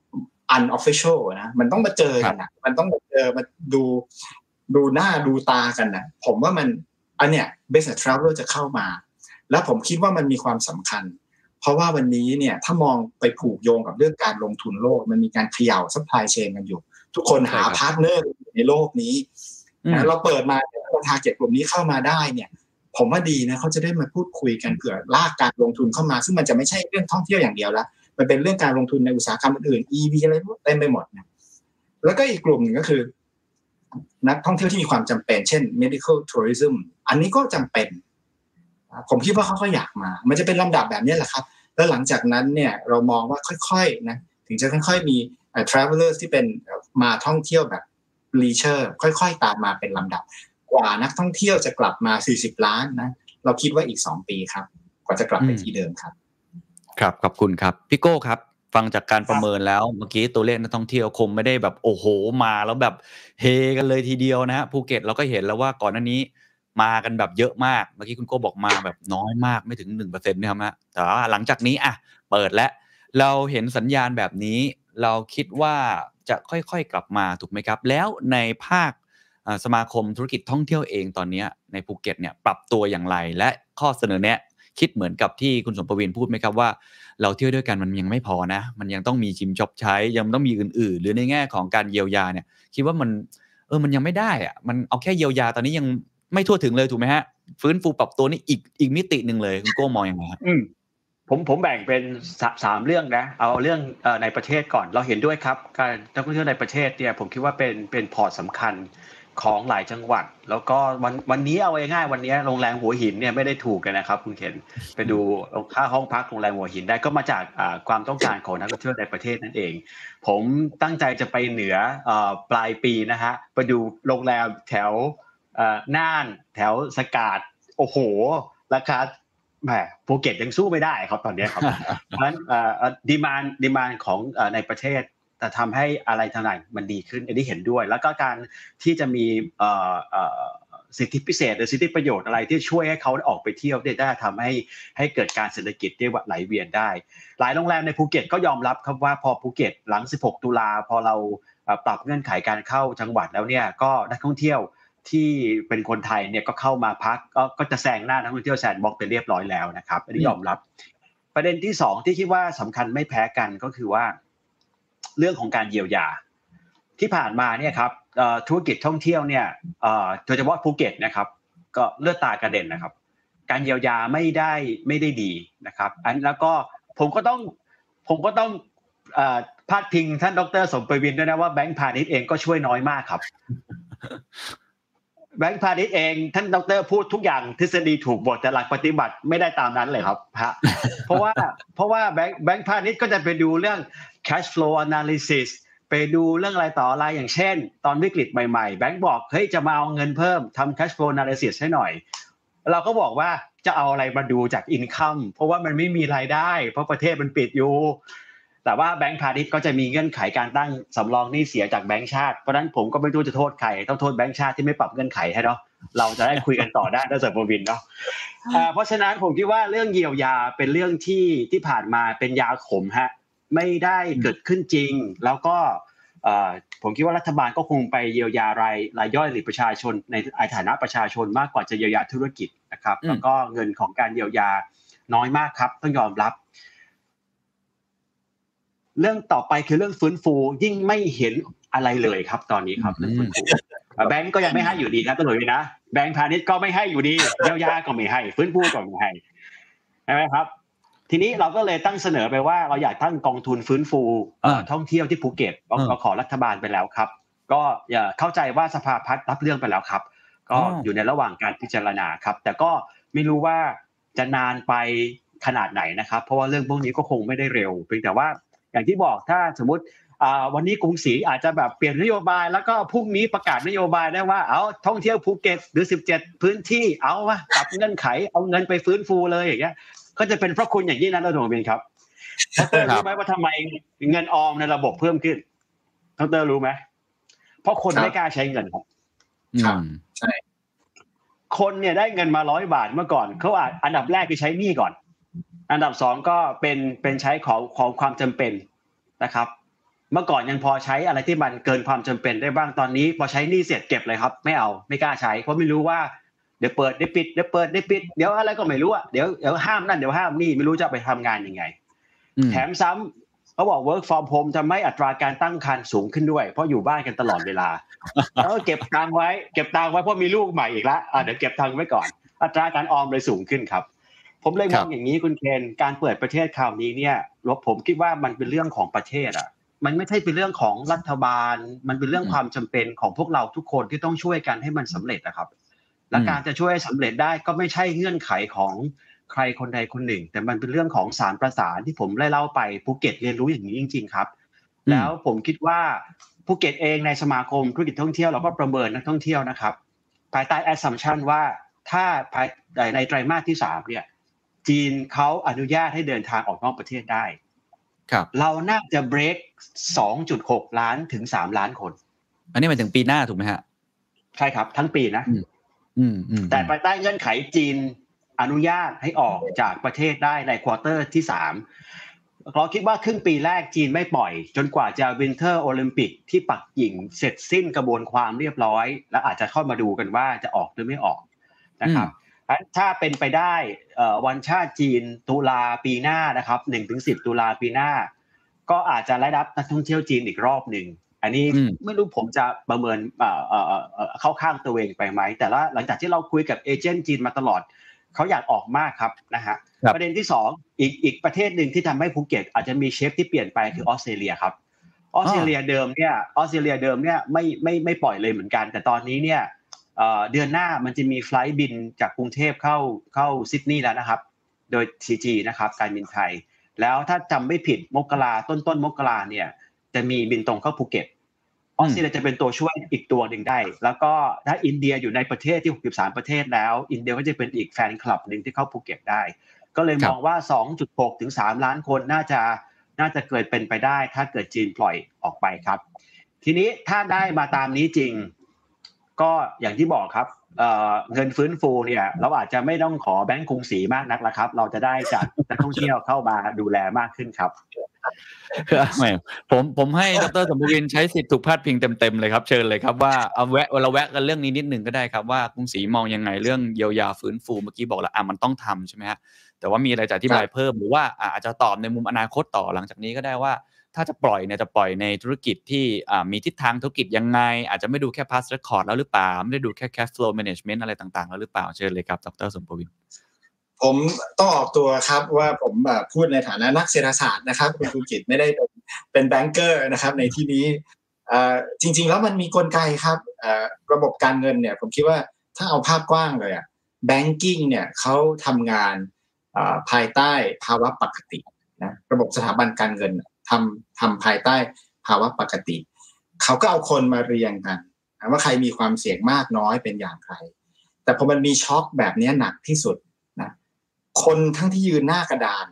unofficial นะมันต้องมาเจอกันนะมันต้องมาเจอมาดูหน้าดูตากันนะผมว่ามันอันเนี้ย business traveler จะเข้ามาแล้วผมคิดว่ามันมีความสำคัญเพราะว่าวันนี้เนี่ยถ้ามองไปผูกโยงกับเรื่องการลงทุนโลกมันมีการเขย่าซัพพลายเชนกันอยู่ทุกคนหาพาร์ทเนอร์ในโลกนี้นะเราเปิดมาเราทาร์เก็ตกลุ่มนี้เข้ามาได้เนี่ยผมว่าดีนะเขาจะได้มาพูดคุยกันเผื่อลากการลงทุนเข้ามาซึ่งมันจะไม่ใช่เรื่องท่องเที่ยวอย่างเดียวละมันเป็นเรื่องการลงทุนในอุตสาหกรรมอื่นๆ EV อะไรเต็มไปหมดนะแล้วก็อีกกลุ่มนึงก็คือนักท่องเที่ยวที่มีความจำเป็นเช่น medical tourism อันนี้ก็จำเป็นผมคิดว่าเขาก็อยากมามันจะเป็นลำดับแบบนี้แหละครับแล้วหลังจากนั้นเนี่ยเรามองว่าค่อยๆนะถึงจะค่อยๆมี travelers ที่เป็นมาท่องเที่ยวแบบ leisure ค่อยๆตามมาเป็นลำดับกว่านักท่องเที่ยวจะกลับมา40ล้านนะเราคิดว่าอีก2ปีครับกว่าจะกลับไปที่เดิมครับครับขอบคุณครับพี่โก้ครับฟังจากการประเมินแล้วเมื่อกี้ตัวเลขนักท่องเที่ยวคงไม่ได้แบบโอ้โหมาแล้วแบบเฮกันเลยทีเดียวนะฮะภูเก็ตเราก็เห็นแล้วว่าก่อนหน้านี้มากันแบบเยอะมากเมื่อกี้คุณโก้บอกมาแบบน้อยมากไม่ถึง 1% นะครับนะแต่ว่าหลังจากนี้อ่ะเปิดแล้วเราเห็นสัญญาณแบบนี้เราคิดว่าจะค่อยๆกลับมาถูกไหมครับแล้วในภาคสมาคมธุรกิจท่องเที่ยวเองตอนนี้ในภูเก็ตเนี่ยปรับตัวอย่างไรและข้อเสนอแนะคิดเหมือนกับที่คุณสมประวินพูดไหมครับว่าเราเที่ยวด้วยกันมันยังไม่พอนะมันยังต้องมีชิมช็อปใช้ยังต้องมีอื่นๆหรือในแง่ของการเยียวยาเนี่ยคิดว่ามันยังไม่ได้อะมันเอาแค่เยียวยาตอนนี้ยังไม่ทั่วถึงเลยถูกไหมฮะฟื้นฟูปรับตัวนี่อีกมิตินึงเลยคุณโก้มองยังไงฮะผมแบ่งเป็น3เรื่องนะเอาเรื่องในประเทศก่อนเราเห็นด้วยครับการท่องเที่ยวในประเทศเนี่ยผมคิดว่าเป็นพอร์ตสำคัญของหลายจังหวัดแล้วก็วันนี้เอาง่ายๆวันนี้โรงแรมหัวหินเนี่ยไม่ได้ถูกกันนะครับคุณเคนไปดูค่าห้องพักโรงแรมหัวหินได้ก็มาจากความต้องการของนักท่องเที่ยวในประเทศนั่นเองผมตั้งใจจะไปเหนือปลายปีนะฮะไปดูโรงแรมแถวน่านแถวสกาดโอ้โหราคาแหมภูเก็ตยังสู้ไม่ได้ครับตอนนี้ครับเพราะฉะนั้นดีมานของในประเทศแต่ทำให้อะไรทางไหนมันดีขึ้นอันนี้เห็นด้วยแล้วก็การที่จะมีสิทธิพิเศษหรือสิทธิประโยชน์อะไรที่ช่วยให้เขาออกไปเที่ยวได้ทำให้เกิดการเศรษฐกิจได้ไหลเวียนได้หลายโรงแรมในภูเก็ตก็ยอมรับครับว่าพอภูเก็ตหลัง16ตุลาพอเราปรับเงื่อนไขการเข้าจังหวัดแล้วเนี่ยก็นักท่องเที่ยวที่เป็นคนไทยเนี่ยก็เข้ามาพักก็จะแซงหน้านักท่องเที่ยวแซนด์บ็อกซ์ไปเรียบร้อยแล้วนะครับอันนี้ยอมรับประเด็นที่2ที่คิดว่าสำคัญไม่แพ้กันก็คือว่าเรื่องของการเยียวยาที่ผ่านมาเนี่ยครับธุรกิจท่องเที่ยวเนี่ยโดยเฉพาะภูเก็ตนะครับก็เลือดตากระเด็นนะครับการเยียวยาไม่ได้ดีนะครับแล้วก็ผมก็ต้องพาดพิงท่านดร.สมประวินด้วยนะว่าแบงก์พาณิชย์เองก็ช่วยน้อยมากครับแบงก์พาณิชย์เองท่านดร.พูดทุกอย่างทฤษฎีถูกหมดแต่หลักปฏิบัติไม่ได้ตามนั้นเลยครับเพราะว่าแบงก์พาณิชย์ก็จะไปดูเรื่อง cash flow analysis ไปดูเรื่องอะไรต่ออะไรอย่างเช่นตอนวิกฤตใหม่ๆแบงก์บอกเฮ้ยจะมาเอาเงินเพิ่มทำ cash flow analysis ให้หน่อยเราก็บอกว่าจะเอาอะไรมาดูจาก income เพราะว่ามันไม่มีรายได้เพราะประเทศมันปิดอยู่แต่ว่าแบงก์พาณิชย์ก็จะมีเงื่อนไขการตั้งสำรองหนี้เสียจากแบงก์ชาติเพราะฉะนั้นผมก็ไม่รู้จะโทษใครต้องโทษแบงก์ชาติที่ไม่ปรับเงื่อนไขให้เนาะเราจะได้คุยกันต่อได้นะเสริมพวินเนาะเพราะฉะนั้นผมคิดว่าเรื่องเยียวยาเป็นเรื่องที่ผ่านมาเป็นยาขมฮะไม่ได้เกิดขึ้นจริงแล้วก็ผมคิดว่ารัฐบาลก็คงไปเยียวยารายย่อยหรือประชาชนในฐานะประชาชนมากกว่าจะเยียวยาธุรกิจนะครับแล้วก็เงินของการเยียวยาน้อยมากครับต้องยอมรับเรื่องต่อไปคือเรื่องฟื้นฟูยิ่งไม่เห็นอะไรเลยครับตอนนี้ครับเรื่องฟื้นฟูแบงก์ก็ยังไม่ให้อยู่ดีนะตำรวจนะแบงก์พาณิชย์ก็ไม่ให้อยู่ดีเยียวยาก็ไม่ให้ฟื้นฟูก็ไม่ให้ใช่ไหมครับทีนี้เราก็เลยตั้งเสนอไปว่าเราอยากตั้งกองทุนฟื้นฟูท่องเที่ยวที่ภูเก็ตเราขอรัฐบาลไปแล้วครับก็อย่าเข้าใจว่าสภาพัฒน์รับเรื่องไปแล้วครับก็อยู่ในระหว่างการพิจารณาครับแต่ก็ไม่รู้ว่าจะนานไปขนาดไหนนะครับเพราะว่าเรื่องพวกนี้ก็คงไม่ได้เร็วเพียงแต่ว่าอย่างที่บอกถ้าสมมุติวันนี้กรุงศรีอาจจะแบบเปลี่ยนนโยบายแล้วก็พรุ่งนี้ประกาศนโยบายได้ว่าเอาท่องเที่ยวภูเก็ตหรือ17พื้นที่เอามาปรับเงื่อนไขเอาเงินไปฟื้นฟูเลยอย่างเงี้ยก็จะเป็นเพราะคุณอย่างนี้นะดร.เบนครับดร.รู้ไหมว่าทำไมเงินออมในระบบเพิ่มขึ้นดร.รู้ไหมเพราะคนไม่กล้าใช้เงินครับใช่คนเนี่ยได้เงินมา100 บาทเมื่อก่อนเขาอันดับแรกคือใช้หนี้ก่อนอันดับ2ก็เป็นใช้ของความจำเป็นนะครับเมื่อก่อนยังพอใช้อะไรที่มันเกินความจำเป็นได้บ้างตอนนี้พอใช้หนี้เสร็จเก็บเลยครับไม่เอาไม่กล้าใช้เพราะไม่รู้ว่าเดี๋ยวเปิดได้ปิดเดี๋ยวเปิดได้ปิดเดี๋ยวอะไรก็ไม่รู้อ่ะเดี๋ยวห้ามนั่นเดี๋ยวห้ามนี่ไม่รู้จะไปทำงานยังไงแถมซ้ำเขาบอก work from home ทำให้อัตราการตั้งครรภ์สูงขึ้นด้วยเพราะอยู่บ้านกันตลอดเวลาแล้วเก็บตังค์ไว้เพราะมีลูกใหม่อีกแล้วเดี๋ยวเก็บตังค์ไว้ก่อนอัตราการออมเลยสูงขึ้นครับผมเลยมองอย่างนี้คุณเคนการเปิดประเทศคราวนี้เนี่ยผมคิดว่ามันเป็นเรื่องของประเทศอ่ะมันไม่ใช่เป็นเรื่องของรัฐบาลมันเป็นเรื่องความจำเป็นของพวกเราทุกคนที่ต้องช่วยกันให้มันสำเร็จนะครับและการจะช่วยให้สำเร็จได้ก็ไม่ใช่เงื่อนไขของใครคนใดคนหนึ่งแต่มันเป็นเรื่องของสารประสานที่ผมเล่าไปภูเก็ตเรียนรู้อย่างนี้จริงๆครับแล้วผมคิดว่าภูเก็ตเองในสมาคมธุรกิจท่องเที่ยวเราก็ประเมินนักท่องเที่ยวนะครับภายใต้ assumption ว่าถ้าในไตรมาสที่3เนี่ยจีนเขาอนุญาตให้เดินทางออกนอกประเทศได้เราน่าจะ break 2.6 ล้านถึง3ล้านคนอันนี้หมายถึงปีหน้าถูกไหมฮะใช่ครับทั้งปีนะแต่ภายใต้เงื่อนไขจีนอนุญาตให้ออกจากประเทศได้ในควอเตอร์ที่3เราคิดว่าครึ่งปีแรกจีนไม่ปล่อยจนกว่าจะวินเทอร์โอลิมปิกที่ปักกิ่งเสร็จสิ้นกระบวนความเรียบร้อยแล้วอาจจะเข้ามาดูกันว่าจะออกหรือไม่ออกนะครับถ้าเป็นไปได้วันชาติจีนตุลาปีหน้านะครับ 1-10 ตุลาปีหน้าก็อาจจะได้รับนักท่องเที่ยวจีนอีกรอบนึงอันนี้ไม่รู้ผมจะประเมินเข้าข้างตัวเองไปไหมแต่ละหลังจากที่เราคุยกับเอเจนต์จีนมาตลอดเขาอยากออกมากครับนะฮะประเด็นที่2อีกประเทศนึงที่ทำให้ภูเก็ตอาจจะมีเชฟที่เปลี่ยนไปคือออสเตรเลียครับออสเตรเลียเดิมเนี่ยไม่ปล่อยเลยเหมือนกันแต่ตอนนี้เนี่ยเดือนหน้ามันจะมีไฟล์บินจากกรุงเทพเข้าซิดนีย์แล้วนะครับโดย CG นะครับการบินไทยแล้วถ้าจำไม่ผิดต้นมกราเนี่ยจะมีบินตรงเข้าภูเก็ตออสเตรเลียจะเป็นตัวช่วยอีกตัวหนึ่งได้แล้วก็ถ้าอินเดียอยู่ในประเทศที่63ประเทศแล้วอินเดียก็จะเป็นอีกแฟนคลับนึงที่เข้าภูเก็ตได้ก็เลยมองว่า 2.6 ถึง 3 ล้านคนน่าจะเกิดเป็นไปได้ถ้าเกิดจีนปล่อยออกไปครับทีนี้ถ้าได้มาตามนี้จริงก็อย่างที่บอกครับเงินฟื้นฟูเนี่ยเราอาจจะไม่ต้องขอแบงก์กรุงศรีมากนักละครับเราจะได้จากนักท่องเที่ยวเข้ามาดูแลมากขึ้นครับผมให้ดร.สมบูรณ์ใช้สิทธิ์ถูกพาดพิงเต็มๆเลยครับเชิญเลยครับว่าเอาเราแวะกันเรื่องนี้นิดนึงก็ได้ครับว่ากรุงศรีมองยังไงเรื่องเยียวยาฟื้นฟูเมื่อกี้บอกแล้วมันต้องทำใช่ไหมฮะแต่ว่ามีอะไรจะอธิบายเพิ่มหรือว่าอาจจะตอบในมุมอนาคตต่อหลังจากนี้ก็ได้ว่าถ้าจะปล่อยเนี่ยจะปล่อยในธุรกิจที่มีทิศทางธุรกิจยังไงอาจจะไม่ดูแค่ past record แล้วหรือเปล่าไม่ได้ดูแค่ cash flow management อะไรต่างๆแล้วหรือเปล่าเชิญเลยครับดร.สมบูรณ์ผมต้องออกตัวครับว่าผมพูดในฐานะนักเศรษฐศาสตร์นะครับคุณภูกิจไม่ได้เป็นแบงเกอร์นะครับในที่นี้จริงๆแล้วมันมีกลไกครับระบบการเงินเนี่ยผมคิดว่าถ้าเอาภาพกว้างเลยแบงกิ้งเนี่ยเขาทำงานภายใต้ภาวะปกตินะระบบสถาบันการเงินทำภายใต้ภาวะปกติเขาก็เอาคนมาเรียงกันว่าใครมีความเสี่ยงมากน้อยเป็นอย่างไรแต่พอมันมีช็อคแบบนี้หนักที่สุดนะคนทั้งที่ยืนหน้ากระดานเนี่ยไป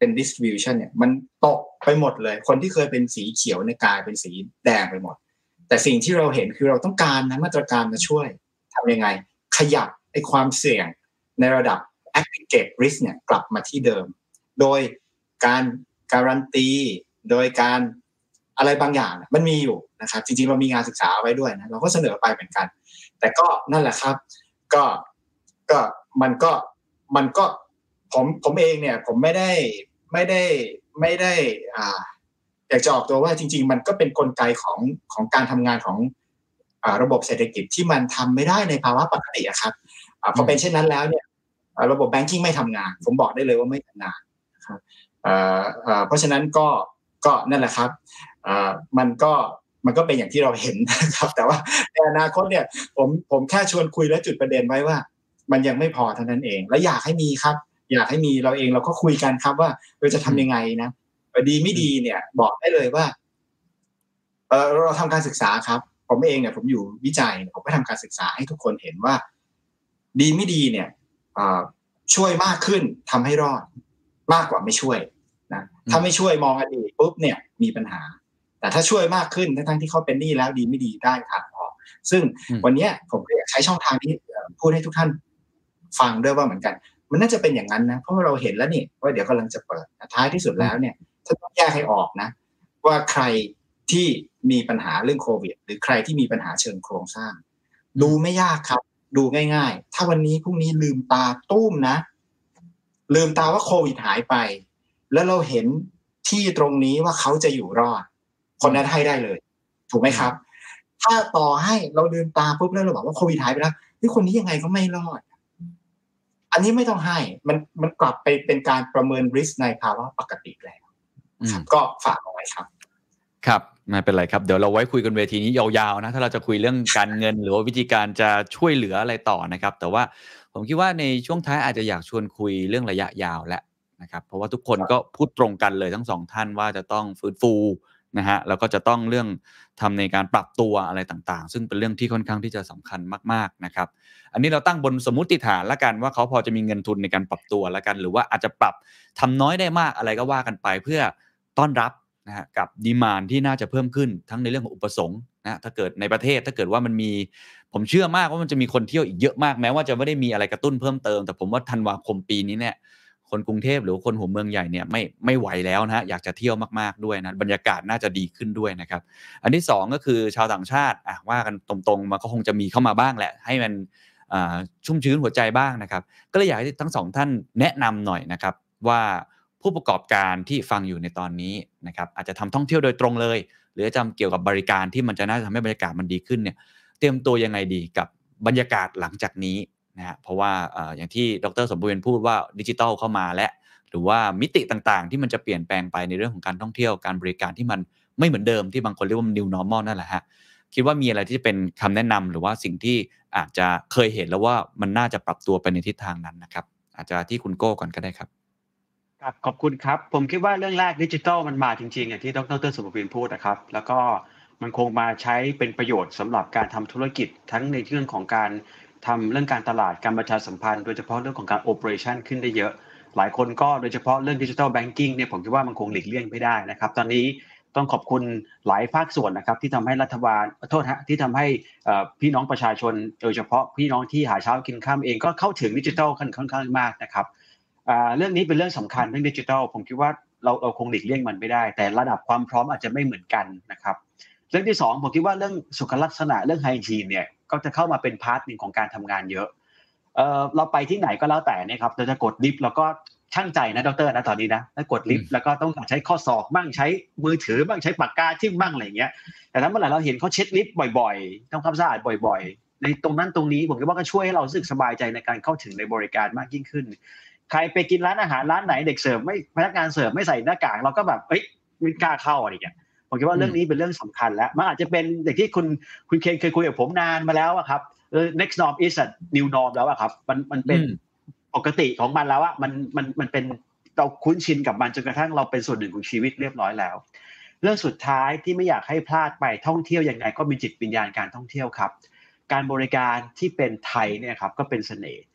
เป็น distribution เนี่ยมันตกไปหมดเลยคนที่เคยเป็นสีเขียวเนี่ยกลายเป็นสีแดงไปหมดแต่สิ่งที่เราเห็นคือเราต้องการนะมาตรการมาช่วยทำยังไงขยับไอ้ความเสี่ยงในระดับ aggregate risk เนี่ยกลับมาที่เดิมโดยการการันตีโดยการอะไรบางอย่างมันมีอยู่นะครับจริงๆเรามีงานศึกษาไว้ด้วยนะเราก็เสนอไปเหมือนกันแต่ก็นั่นแหละครับก็มันก็ผมเองเนี่ยผมไม่ได้อยากจะออกตัวว่าจริงๆมันก็เป็นกลไกของการทำงานของระบบเศรษฐกิจที่มันทำไม่ได้ในภาวะปกติอะครับพอเป็นเช่นนั้นแล้วเนี่ยระบบแบงกิ้งไม่ทำงานผมบอกได้เลยว่าไม่ทำงานนะครับเพราะฉะนั้นก็นั่นแหละครับมันก็เป็นอย่างที่เราเห็นนะครับแต่ว่าในอนาคตเนี่ยผมแค่ชวนคุยและจุดประเด็นไว้ว่ามันยังไม่พอเท่านั้นเองและอยากให้มีครับอยากให้มีเราเองเราก็คุยกันครับว่าเราจะทำยังไงนะดีไม่ดีเนี่ยบอกได้เลยว่าเราทำการศึกษาครับผมเองเนี่ยผมอยู่วิจัยผมก็ทำการศึกษาให้ทุกคนเห็นว่าดีไม่ดีเนี่ยช่วยมากขึ้นทำให้รอดมากกว่าไม่ช่วยนะถ้าไม่ช่วยมองอดีตปุ๊บเนี่ยมีปัญหาแต่ถ้าช่วยมากขึ้นทั้งที่เขาเป็นหนี้แล้วดีไม่ดีได้ทางออกซึ่งวันนี้ผมก็อยากใช้ช่องทางนี้พูดให้ทุกท่านฟังด้วยว่าเหมือนกันมันน่าจะเป็นอย่างนั้นนะเพราะว่าเราเห็นแล้วนี่ว่าเดี๋ยวกำลังจะเปิดท้ายที่สุดแล้วเนี่ยถ้าต้องแยกให้ออกนะว่าใครที่มีปัญหาเรื่องโควิดหรือใครที่มีปัญหาเชิงโครงสร้างดูไม่ยากครับดูง่ายๆถ้าวันนี้พรุ่งนี้ลืมตาตุ้มนะลืมตาว่าโควิดหายไปแล้วเราเห็นที่ตรงนี้ว่าเขาจะอยู่รอดคนนั้นให้ได้เลยถูกไหมครับถ้าต่อให้เราลืมตาปุ๊บแล้วเราบอกว่าโควิดหายไปแล้วนี่คนนี้ยังไงก็ไม่รอดอันนี้ไม่ต้องให้มันกลับไปเป็นการประเมิน risk ในภาวะปกติแล้วก็ฝากเอาไว้ครับครับไม่เป็นไรครับเดี๋ยวเราไว้คุยกันเวทีนี้ยาวๆนะถ้าเราจะคุยเรื่องการเงินหรือว่าวิธีการจะช่วยเหลืออะไรต่อนะครับแต่ว่าผมคิดว่าในช่วงท้ายอาจจะอยากชวนคุยเรื่องระยะยาวและนะครับเพราะว่าทุกคนก็พูดตรงกันเลยทั้งสองท่านว่าจะต้องฟื้นฟูนะฮะแล้วก็จะต้องเรื่องทำในการปรับตัวอะไรต่างๆซึ่งเป็นเรื่องที่ค่อนข้างที่จะสำคัญมากๆนะครับอันนี้เราตั้งบนสมมุติฐานละกันว่าเขาพอจะมีเงินทุนในการปรับตัวละกันหรือว่าอาจจะปรับทำน้อยได้มากอะไรก็ว่ากันไปเพื่อต้อนรับนะฮะกับดีมานด์ที่น่าจะเพิ่มขึ้นทั้งในเรื่องของอุปสงค์นะถ้าเกิดในประเทศถ้าเกิดว่ามันมีผมเชื่อมากว่ามันจะมีคนเที่ยวอีกเยอะมากแม้ว่าจะไม่ได้มีอะไรกระตุ้นเพิ่มเติมแต่ผมว่าธันวาคมปีนี้เนี่ยคนกรุงเทพหรือคนหัวเมืองใหญ่เนี่ยไม่ไหวแล้วนะฮะอยากจะเที่ยวมากๆด้วยนะบรรยากาศน่าจะดีขึ้นด้วยนะครับอันที่2ก็คือชาวต่างชาติว่ากันตรงๆมันก็คงจะมีเข้ามาบ้างแหละให้มันชุ่มชื้นหัวใจบ้างนะครับก็เลยอยากให้ทั้งสองท่านแนะนำหน่อยนะครับว่าผู้ประกอบการที่ฟังอยู่ในตอนนี้นะครับอาจจะทำท่องเที่ยวโดยตรงเลยหรือจะเกี่ยวกับบริการที่มันจะน่าจะทำให้บรรยากาศมันดีขึ้นเนี่ยเตรียมตัวยังไงดีกับบรรยากาศหลังจากนี้นะฮะเพราะว่าอย่างที่ดร.สมบูรณ์พูดว่าดิจิทัลเข้ามาและหรือว่ามิติต่างๆที่มันจะเปลี่ยนแปลงไปในเรื่องของการท่องเที่ยวการบริการที่มันไม่เหมือนเดิมที่บางคนเรียกว่า new normal นั่นแหละฮะคิดว่ามีอะไรที่จะเป็นคำแนะนำหรือว่าสิ่งที่อาจจะเคยเห็นแล้วว่ามันน่าจะปรับตัวไปในทิศทางนั้นนะครับอาจจะที่คุณโก้ก่อนก็ได้ครับครับขอบคุณครับผมคิดว่าเรื่องแรกดิจิทัลมันมาจริงๆอย่างที่ดร.สุภวินพูดนะครับแล้วก็มันคงมาใช้เป็นประโยชน์สำหรับการทำธุรกิจทั้งในเรื่องของการทำเรื่องการตลาดการประชาสัมพันธ์โดยเฉพาะเรื่องของการโอเปอเรชั่นขึ้นได้เยอะหลายคนก็โดยเฉพาะเรื่องดิจิทัลแบงกิ้งเนี่ยผมคิดว่ามันคงหลีกเลี่ยงไม่ได้นะครับตอนนี้ต้องขอบคุณหลายภาคส่วนนะครับที่ทำให้รัฐบาลที่ทำให้พี่น้องประชาชนโดยเฉพาะพี่น้องที่หาเช้ากินค่ำเองก็เข้าถึงดิจิทัลค่อนข้างมากนะครับเรื่องนี้เป็นเรื่องสำคัญเรื่องดิจิทัลผมคิดว่าเราคงหลีกเลี่ยงมันไม่ได้แต่ระดับความพร้อมอาจจะไม่เหมือนกันนะครับเรื่องที่2ผมคิดว่าเรื่องสุขลักษณะเรื่องไฮจีนเนี่ยก็จะเข้ามาเป็นพาร์ทนึงของการทำงานเยอะเราไปที่ไหนก็แล้วแต่เนี่ยครับเราจะกดลิฟต์แล้วก็ช่างใจนะดร.นะตอนนี้นะแล้วกดลิฟต์แล้วก็ต้องใช้ข้อศอกบ้างใช้มือถือบ้างใช้ปากกาจิ้มบ้างอะไรอย่างเงี้ยแต่ถ้าเมื่อไหร่เราเห็นเขาเช็ดลิฟต์บ่อยๆทำความสะอาดบ่อยๆในตรงนั้นตรงนี้ผมคิดว่าก็ช่วยให้เรารู้สึกสบายใจในการเข้าถึงในบริการมากยิ่งขึ้นใครไปกินร้านอาหารร้านไหนเด็กเสิร์ฟไม่พนักงานเสิร์ฟไม่ใส่หน้ากากเราก็แบบไม่กล้าเข้าอะไรอย่างเงี้ยผมคิดว่าเรื่องนี้เป็นเรื่องสำคัญแล้วมันอาจจะเป็นอย่างที่คุณเคนเคยคุยกับผมนานมาแล้วอะครับnext norm is a new norm แล้วอะครับมันเป็นปกติของมันแล้วอะมันเป็นเราคุ้นชินกับมันจนกระทั่งเราเป็นส่วนหนึ่งของชีวิตเรียบร้อยแล้วเรื่องสุดท้ายที่ไม่อยากให้พลาดไปท่องเที่ยวยังไงก็มีจิตวิญญาณการท่องเที่ยวครับการบริการที่เป็นไทยเนี่ยครับก็เป็นเสน่ห์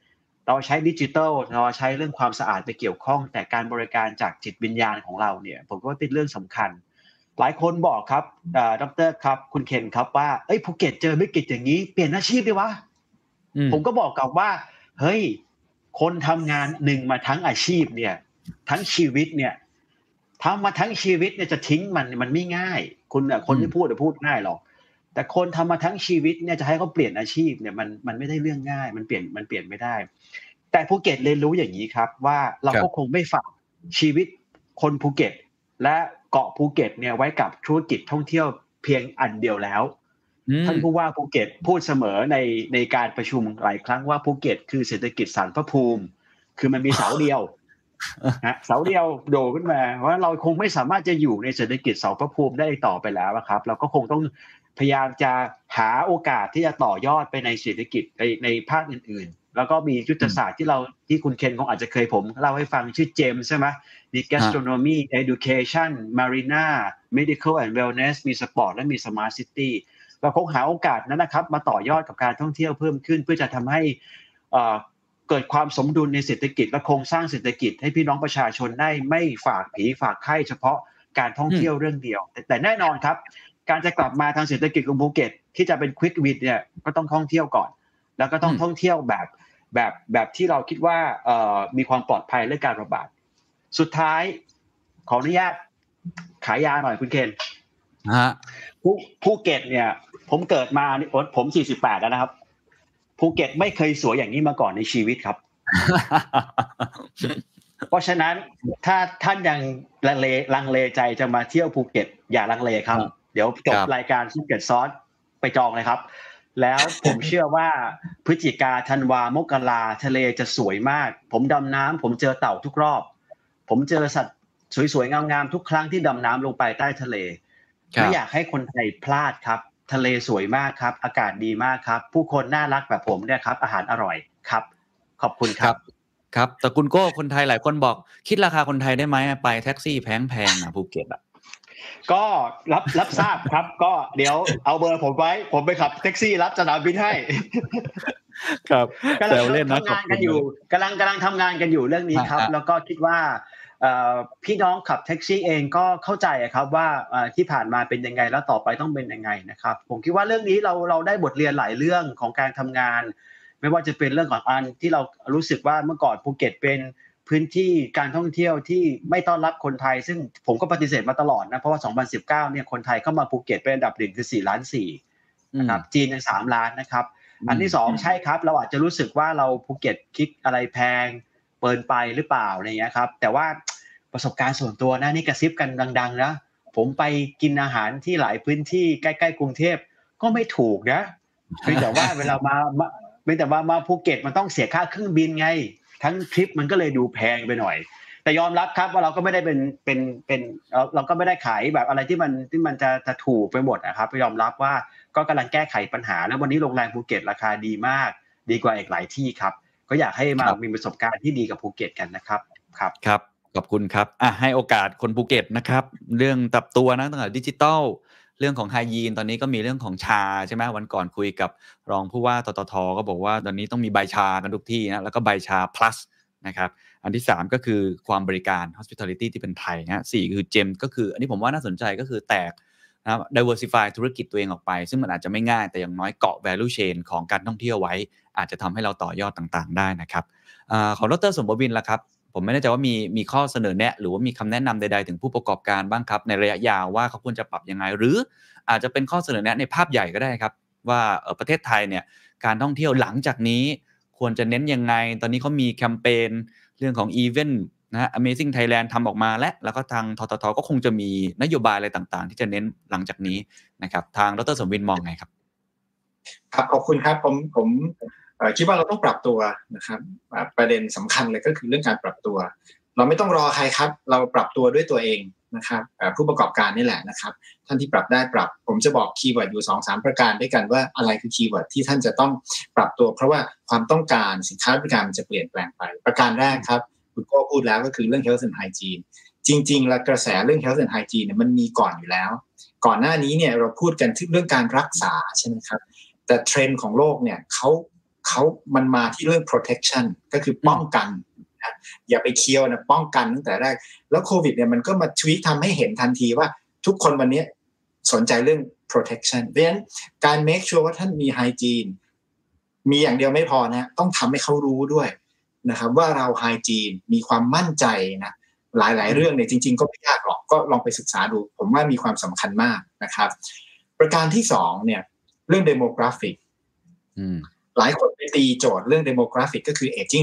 เราใช้ดิจิทัลเราใช้เรื่องความสะอาดไปเกี่ยวข้องแต่การบริการจากจิตวิญญาณของเราเนี่ยผมว่าเป็นเรื่องสำคัญหลายคนบอกครับดร.ครับคุณเคนครับว่าภูเก็ตเจอวิกฤตอย่างนี้เปลี่ยนอาชีพดีวะผมก็บอกกับว่าเฮ้ยคนทำงานหนึ่งมาทั้งอาชีพเนี่ยทั้งชีวิตเนี่ยทำมาทั้งชีวิตเนี่ยจะทิ้งมันไม่ง่ายคนที่พูดง่ายหรอกแต่คนทำมาทั้งชีวิตเนี่ยจะให้เขาเปลี่ยนอาชีพเนี่ยมันไม่ได้เรื่องง่ายมันเปลี่ยนไม่ได้แต่ภูเก็ตเรียนรู้อย่างนี้ครับว่าเราก็คงไม่ฝากชีวิตคนภูเก็ตและเกาะภูเก็ตเนี่ยไว้กับธุรกิจท่องเที่ยวเพียงอันเดียวแล้วท่านผู้ว่าภูเก็ตพูดเสมอในการประชุมหลายครั้งว่าภูเก็ตคือเศรษฐกิจศาลพระภูมิคือมันมีเสาเดียวเสาเดียวโดดขึ้นมาเพราะเราคงไม่สามารถจะอยู่ในเศรษฐกิจเสาพระภูมิได้ต่อไปแล้วครับเราก็คงต้องพยายามจะหาโอกาสที่จะต่อยอดไปในเศรษฐกิจในภาคอื่นๆแล้วก็มียุทธศาสตร์ที่คุณเคนคงอาจจะเคยผมเล่าให้ฟังชื่อเจมใช่ไหมมี gastronomy education marina medical and wellness มี sport และมี smart city เราคงหาโอกาสนั้นนะครับมาต่อยอดกับการท่องเที่ยวเพิ่มขึ้นเพื่อจะทำให้เกิดความสมดุลในเศรษฐกิจและโครงสร้างเศรษฐกิจให้พี่น้องประชาชนได้ไม่ฝากผีฝากไข้เฉพาะการท่องเที่ยวเรื่องเดียวแต่แน่นอนครับการจะกลับมาทางเศรษฐกิจของภูเก็ตที่จะเป็นควิกวินเนี่ยก็ต้องท่องเที่ยวก่อนแล้วก็ต้องท่องเที่ยวแบบที่เราคิดว่ามีความปลอดภัยเรื่องการระบาดสุดท้ายขออนุญาตขายยาหน่อยคุณเคนภูเก็ตเนี่ยผมเกิดมาผม48แล้วนะครับภูเก็ตไม่เคยสวยอย่างนี้มาก่อนในชีวิตครับ เพราะฉะนั้นถ้าท่านยังลังเลใจจะมาเที่ยวภูเก็ตอย่าลังเลครับเดี๋ยวจบรายการภูเก็ตซอสไปจองเลยครับแล้วผมเชื่อว่าพฤศจิกาธันวามกราทะเลจะสวยมากผมดำน้ำผมเจอเต่าทุกรอบผมเจอสัตว์สวยๆงามๆทุกครั้งที่ดำน้ำลงไปใต้ทะเลไม่อยากให้คนไทยพลาดครับทะเลสวยมากครับอากาศดีมากครับผู้คนน่ารักแบบผมเนี่ยครับอาหารอร่อยครับขอบคุณครับครับแต่คุณโก้คนไทยหลายคนบอกคิดราคาคนไทยได้ไหมไปแท็กซี่แพงๆภูเก็ตก็รับทราบครับก็เดี๋ยวเอาเบอร์ผมไว้ผมไปขับแท็กซี่รับสนามบินให้ครับกำลังทำงานกันอยู่กำลังทำงานกันอยู่เรื่องนี้ครับแล้วก็คิดว่าพี่น้องขับแท็กซี่เองก็เข้าใจครับว่าที่ผ่านมาเป็นยังไงแล้วต่อไปต้องเป็นยังไงนะครับผมคิดว่าเรื่องนี้เราได้บทเรียนหลายเรื่องของการทำงานไม่ว่าจะเป็นเรื่องของอันที่เรารู้สึกว่าเมื่อก่อนภูเก็ตเป็นพื้นที่การท่องเที่ยวที่ไม่ต้อนรับคนไทยซึ่งผมก็ปฏิเสธมาตลอดนะเพราะว่า2019เนี่ยคนไทยเข้ามาภูเก็ตเป็นอันดับ1คือ4.4 ล้านนะครับจีนยัง3 ล้านนะครับอันที่2ใช่ครับเราอาจจะรู้สึกว่าเราภูเก็ตคิดอะไรแพงเกินไปหรือเปล่าอะไรเงี้ยครับแต่ว่าประสบการณ์ส่วนตัวนะนี่กระซิบกันดังๆนะผมไปกินอาหารที่หลายพื้นที่ใกล้ๆกรุงเทพก็ไม่ถูกนะแต่ว่าเวลามาภูเก็ตมันต้องเสียค่าเครื่องบินไงทั้งทริปมันก็เลยดูแพงไปหน่อยแต่ยอมรับครับว่าเราก็ไม่ได้เป็นเราก็ไม่ได้ขายแบบอะไรที่มันจะถูกไปหมดนะครับยอมรับว่าก็กำลังแก้ไขปัญหาแล้ววันนี้โรงแรมภูเก็ตราคาดีมากดีกว่าอีกหลายที่ครับก็อยากให้มามีประสบการณ์ที่ดีกับภูเก็ตกันนะครับครับขอบคุณครับให้โอกาสคนภูเก็ตนะครับเรื่องปรับตัวนะตั้งแต่ดิจิทัลเรื่องของไฮยีนตอนนี้ก็มีเรื่องของชาใช่ไหมวันก่อนคุยกับรองผู้ว่าตท.ก็บอกว่าตอนนี้ต้องมีใบชากันทุกที่นะแล้วก็ใบชา plus นะครับอันที่3ก็คือความบริการ hospitality ที่เป็นไทยนะ4คือ GEM ก็คืออันนี้ผมว่าน่าสนใจก็คือแตกนะครับ diversify ธุรกิจตัวเองออกไปซึ่งมันอาจจะไม่ง่ายแต่อย่างน้อยเกาะ value chain ของการท่องเที่ยวไว้อาจจะทำให้เราต่อยอดต่างๆได้นะครับของดร.สมบวินล่ะครับผมไม่แน่ใจว่ามีข้อเสนอแนะหรือว่ามีคำแนะนำใดๆถึงผู้ประกอบการบ้างครับในระยะยาวว่าเขาควรจะปรับยังไงหรืออาจจะเป็นข้อเสนอแนะในภาพใหญ่ก็ได้ครับว่าประเทศไทยเนี่ยการท่องเที่ยวหลังจากนี้ควรจะเน้นยังไงตอนนี้เขามีแคมเปญเรื่องของอีเวนต์นะฮะ Amazing Thailand ทำออกมาแล้วก็ทางทท.ก็คงจะมีนโยบายอะไรต่างๆที่จะเน้นหลังจากนี้นะครับทางดร.สมวินมองไงครับครับขอบคุณครับผมคิดว่าเราต้องปรับตัวนะครับประเด็นสำคัญเลยก็คือเรื่องการปรับตัวเราไม่ต้องรอใครครับเราปรับตัวด้วยตัวเองนะครับผู้ประกอบการนี่แหละนะครับท่านที่ปรับได้ปรับผมจะบอกคีย์เวิร์ดอยู่ 2-3 ประการด้วยกันว่าอะไรคือคีย์เวิร์ดที่ท่านจะต้องปรับตัวเพราะว่าความต้องการสินค้าบริการมันจะเปลี่ยนแปลงไปประการแรกครับคุณโก้พูดแล้วก็คือเรื่อง Health and Hygiene จริงๆแล้วกระแสเรื่อง Health and Hygiene เนี่ยมันมีก่อนอยู่แล้วก่อนหน้านี้เนี่ยเราพูดกันถึงเรื่องการรักษาใช่ไหมครับแต่เทรนด์ของโลกเนี่ยเขามันมาที่เรื่อง protection ก็คือป้องกันนะอย่าไปเคียวนะป้องกันตั้งแต่แรกแล้วโควิดเนี่ยมันก็มาทวีตทำให้เห็นทันทีว่าทุกคนวันนี้สนใจเรื่อง protection เพราะฉะนั้นการ make sure ว่าท่านมี hygiene มีอย่างเดียวไม่พอนะต้องทำให้เขารู้ด้วยนะครับว่าเรา hygiene มีความมั่นใจนะหลายๆเรื่องเนี่ยจริงๆก็ไม่ยากหรอกก็ลองไปศึกษาดูผมว่ามีความสำคัญมากนะครับประการที่2เนี่ยเรื่อง demographic หลายคนไปตีโจทย์เรื่อง demographic ก็คือ aging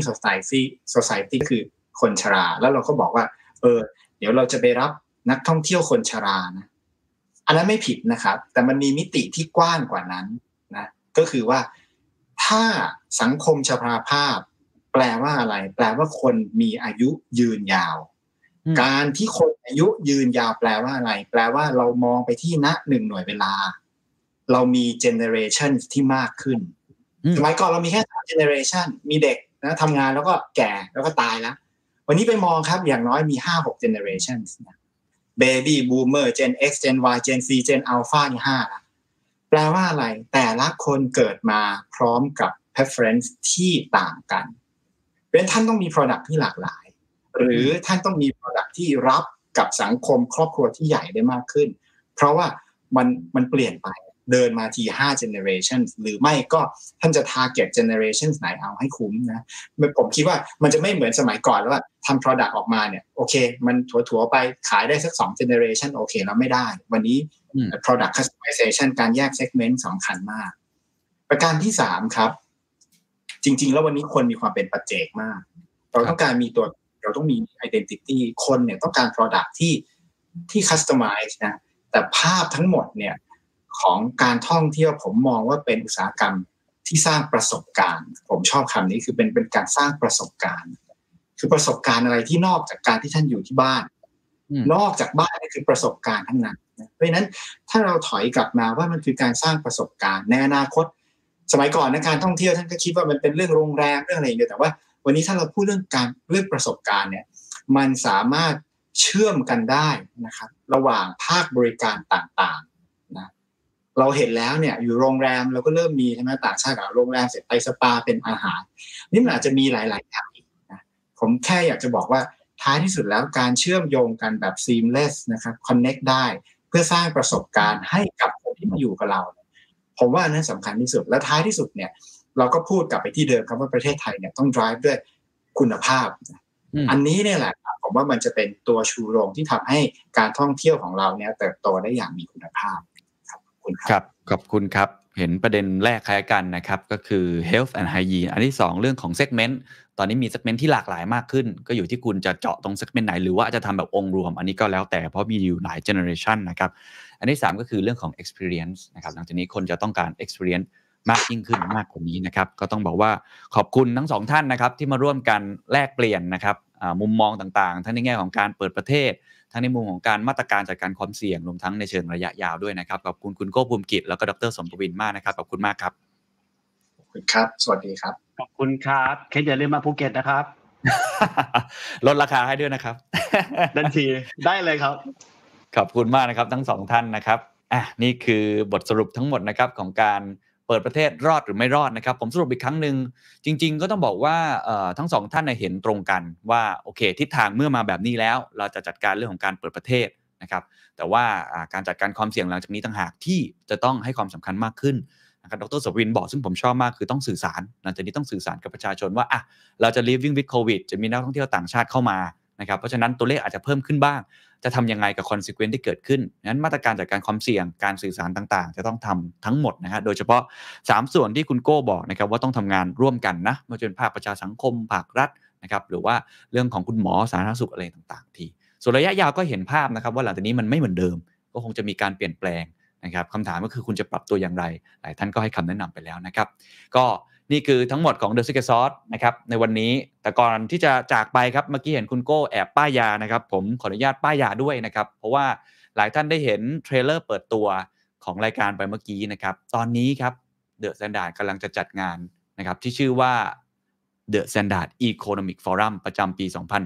society ก็คือคนชราแล้วเราก็บอกว่าเดี๋ยวเราจะไปรับนักท่องเที่ยวคนชรานะอันนั้นไม่ผิดนะครับแต่มันมีมิติที่กว้างกว่านั้นนะก็คือว่าถ้าสังคมชราภาพแปลว่าอะไรแปลว่าคนมีอายุยืนยาวการที่คนอายุยืนยาวแปลว่าอะไรแปลว่าเรามองไปที่ณ1หน่วยเวลาเรามีเจเนอเรชันที่มากขึ้นสมัยก่อนเรามีแค่3เจเนอเรชันมีเด็กนะทำงานแล้วก็แก่แล้วก็ตายแล้ววันนี้ไปมองครับอย่างน้อยมี 5-6 เจเนอเรชันนะ Baby Boomer Gen X Gen Y Gen Z Gen Alpha นี่5ละแปลว่าอะไรแต่ละคนเกิดมาพร้อมกับ preference ที่ต่างกันเพราะฉะนั้นท่านต้องมี product ที่หลากหลายหรือท่านต้องมี product ที่รับกับสังคมครอบครัวที่ใหญ่ได้มากขึ้นเพราะว่ามันเปลี่ยนไปเดินมาที5 generation หรือไม่ก็ท่านจะ target generation ไหนเอาให้คุ้มนะผมคิดว่ามันจะไม่เหมือนสมัยก่อนแล้วว่าทำ product ออกมาเนี่ยโอเคมันถั่วๆไปขายได้สัก2 generation โอเคแล้วไม่ได้วันนี้ product customization การแยก segment สำคัญมากประการที่3ครับจริงๆแล้ววันนี้คนมีความเป็นปัจเจกมากเราต้องการมีตัวเราต้องมี identity คนเนี่ยต้องการ product ที่ customize นะแต่ภาพทั้งหมดเนี่ยของการท่องเที่ยวผมมองว่าเป็นอุตสาหกรรมที่สร้างประสบการณ์ผมชอบคำนี้คือเป็นการสร้างประสบการณ์คือประสบการณ์อะไรที่นอกจากการที่ท่านอยู่ที่บ้านนอกจากบ้านนี่คือประสบการณ์ทั้งนั้นเพราะฉะนั้นถ้าเราถอยกลับมาว่ามันคือการสร้างประสบการณ์ในอนาคตสมัยก่อนในการท่องเที่ยวท่านก็คิดว่ามันเป็นเรื่องโรงแรมเรื่องอะไรอย่างเดียวแต่ว่าวันนี้ถ้าเราพูดเรื่องประสบการณ์เนี่ยมันสามารถเชื่อมกันได้นะครับระหว่างภาคบริการต่างๆนะเราเห็นแล้วเนี่ยอยู่โรงแรมเราก็เริ่มมีใช่ไหมต่างชาติกับโรงแรมเสร็จไปสปาเป็นอาหารนี่มันอาจจะมีหลายๆอย่างนะผมแค่อยากจะบอกว่าท้ายที่สุดแล้วการเชื่อมโยงกันแบบ seamless นะครับ connect ได้เพื่อสร้างประสบการณ์ให้กับคนที่มาอยู่กับเราผมว่านั้นสำคัญที่สุดและท้ายที่สุดเนี่ยเราก็พูดกลับไปที่เดิมครับว่าประเทศไทยเนี่ยต้อง drive ด้วยคุณภาพอันนี้เนี่ยแหละผมว่ามันจะเป็นตัวชูโรงที่ทำให้การท่องเที่ยวของเราเนี่ยเติบโตได้อย่างมีคุณภาพครับขอบคุณครับขอบคุณครับเห็นประเด็นแรกคล้ายกันนะครับก็คือ health and hygiene อันที่2เรื่องของ segment ตอนนี้มี segment ที่หลากหลายมากขึ้นก็อยู่ที่คุณจะเจาะตรง segment ไหนหรือว่าจะทำแบบองค์รวมอันนี้ก็แล้วแต่เพราะมีอยู่หลาย generation นะครับอันที่3ก็คือเรื่องของ experience นะครับหลังจากนี้คนจะต้องการ experience มากยิ่งขึ้นมากกว่านี้นะครับก็ต้องบอกว่าขอบคุณทั้ง2ท่านนะครับที่มาร่วมกันแลกเปลี่ยนนะครับมุมมองต่างๆทั้งในแง่ของการเปิดประเทศทั้งในมุมของการมาตรการจัดการความเสี่ยงรวมทั้งในเชิงระยะยาวด้วยนะครับขอบคุณคุณโก้ภูมิกิจแล้วก็ดร.สมปวินมากนะครับขอบคุณมากครับขอบคุณครับสวัสดีครับขอบคุณครับเคสอย่าลืมมาภูเก็ตนะครับลดราคาให้ด้วยนะครับทันทีได้เลยครับขอบคุณมากนะครับทั้ง2ท่านนะครับนี่คือบทสรุปทั้งหมดนะครับของการเปิดประเทศรอดหรือไม่รอดนะครับผมสรุปอีกครั้งนึงจริงๆก็ต้องบอกว่าทั้ง2ท่านเห็นตรงกันว่าโอเคทิศทางเมื่อมาแบบนี้แล้วเราจะจัดการเรื่องของการเปิดประเทศนะครับแต่ว่าการจัดการความเสี่ยงหลังจากนี้ต่างหากที่จะต้องให้ความสำคัญมากขึ้นนะครับดร.สมวินบอกซึ่งผมชอบมากคือต้องสื่อสารหลังจากนี้ต้องสื่อสารกับประชาชนว่าเราจะ living with covid จะมีนักท่องเที่ยวต่างชาติเข้ามานะครับเพราะฉะนั้นตัวเลขอาจจะเพิ่มขึ้นบ้างจะทำยังไงกับ consequence ที่เกิดขึ้นงั้นมาตรการจัดการความเสี่ยงการสื่อสารต่างๆจะต้องทำทั้งหมดนะฮะโดยเฉพาะ3ส่วนที่คุณโก้บอกนะครับว่าต้องทำงานร่วมกันนะไม่ว่าจะเป็นภาคประชาสังคมภาครัฐนะครับหรือว่าเรื่องของคุณหมอสาธารณสุขอะไรต่างๆที่ส่วนระยะยาวก็เห็นภาพนะครับว่าหลังจากนี้มันไม่เหมือนเดิมก็คงจะมีการเปลี่ยนแปลงนะครับคำถามก็คือคุณจะปรับตัวอย่างไรหลายท่านก็ให้คำแนะนำไปแล้วนะครับก็นี่คือทั้งหมดของ The Secret Sauce นะครับในวันนี้แต่ก่อนที่จะจากไปครับเมื่อกี้เห็นคุณโก้แอบป้ายยานะครับผมขออนุญาตป้ายยาด้วยนะครับเพราะว่าหลายท่านได้เห็นเทรลเลอร์เปิดตัวของรายการไปเมื่อกี้นะครับตอนนี้ครับ The Standard กำลังจะจัดงานนะครับที่ชื่อว่า The Standard Economic Forum ประจำปี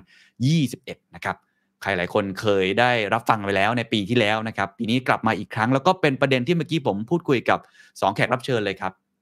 2021 นะครับใครหลายคนเคยได้รับฟังไปแล้วในปีที่แล้วนะครับปีนี้กลับมาอีกครั้งแล้วก็เป็นประเด็นที่เมื่อกี้ผมพูดคุยกับ2แขกรับเชิญเลยครับ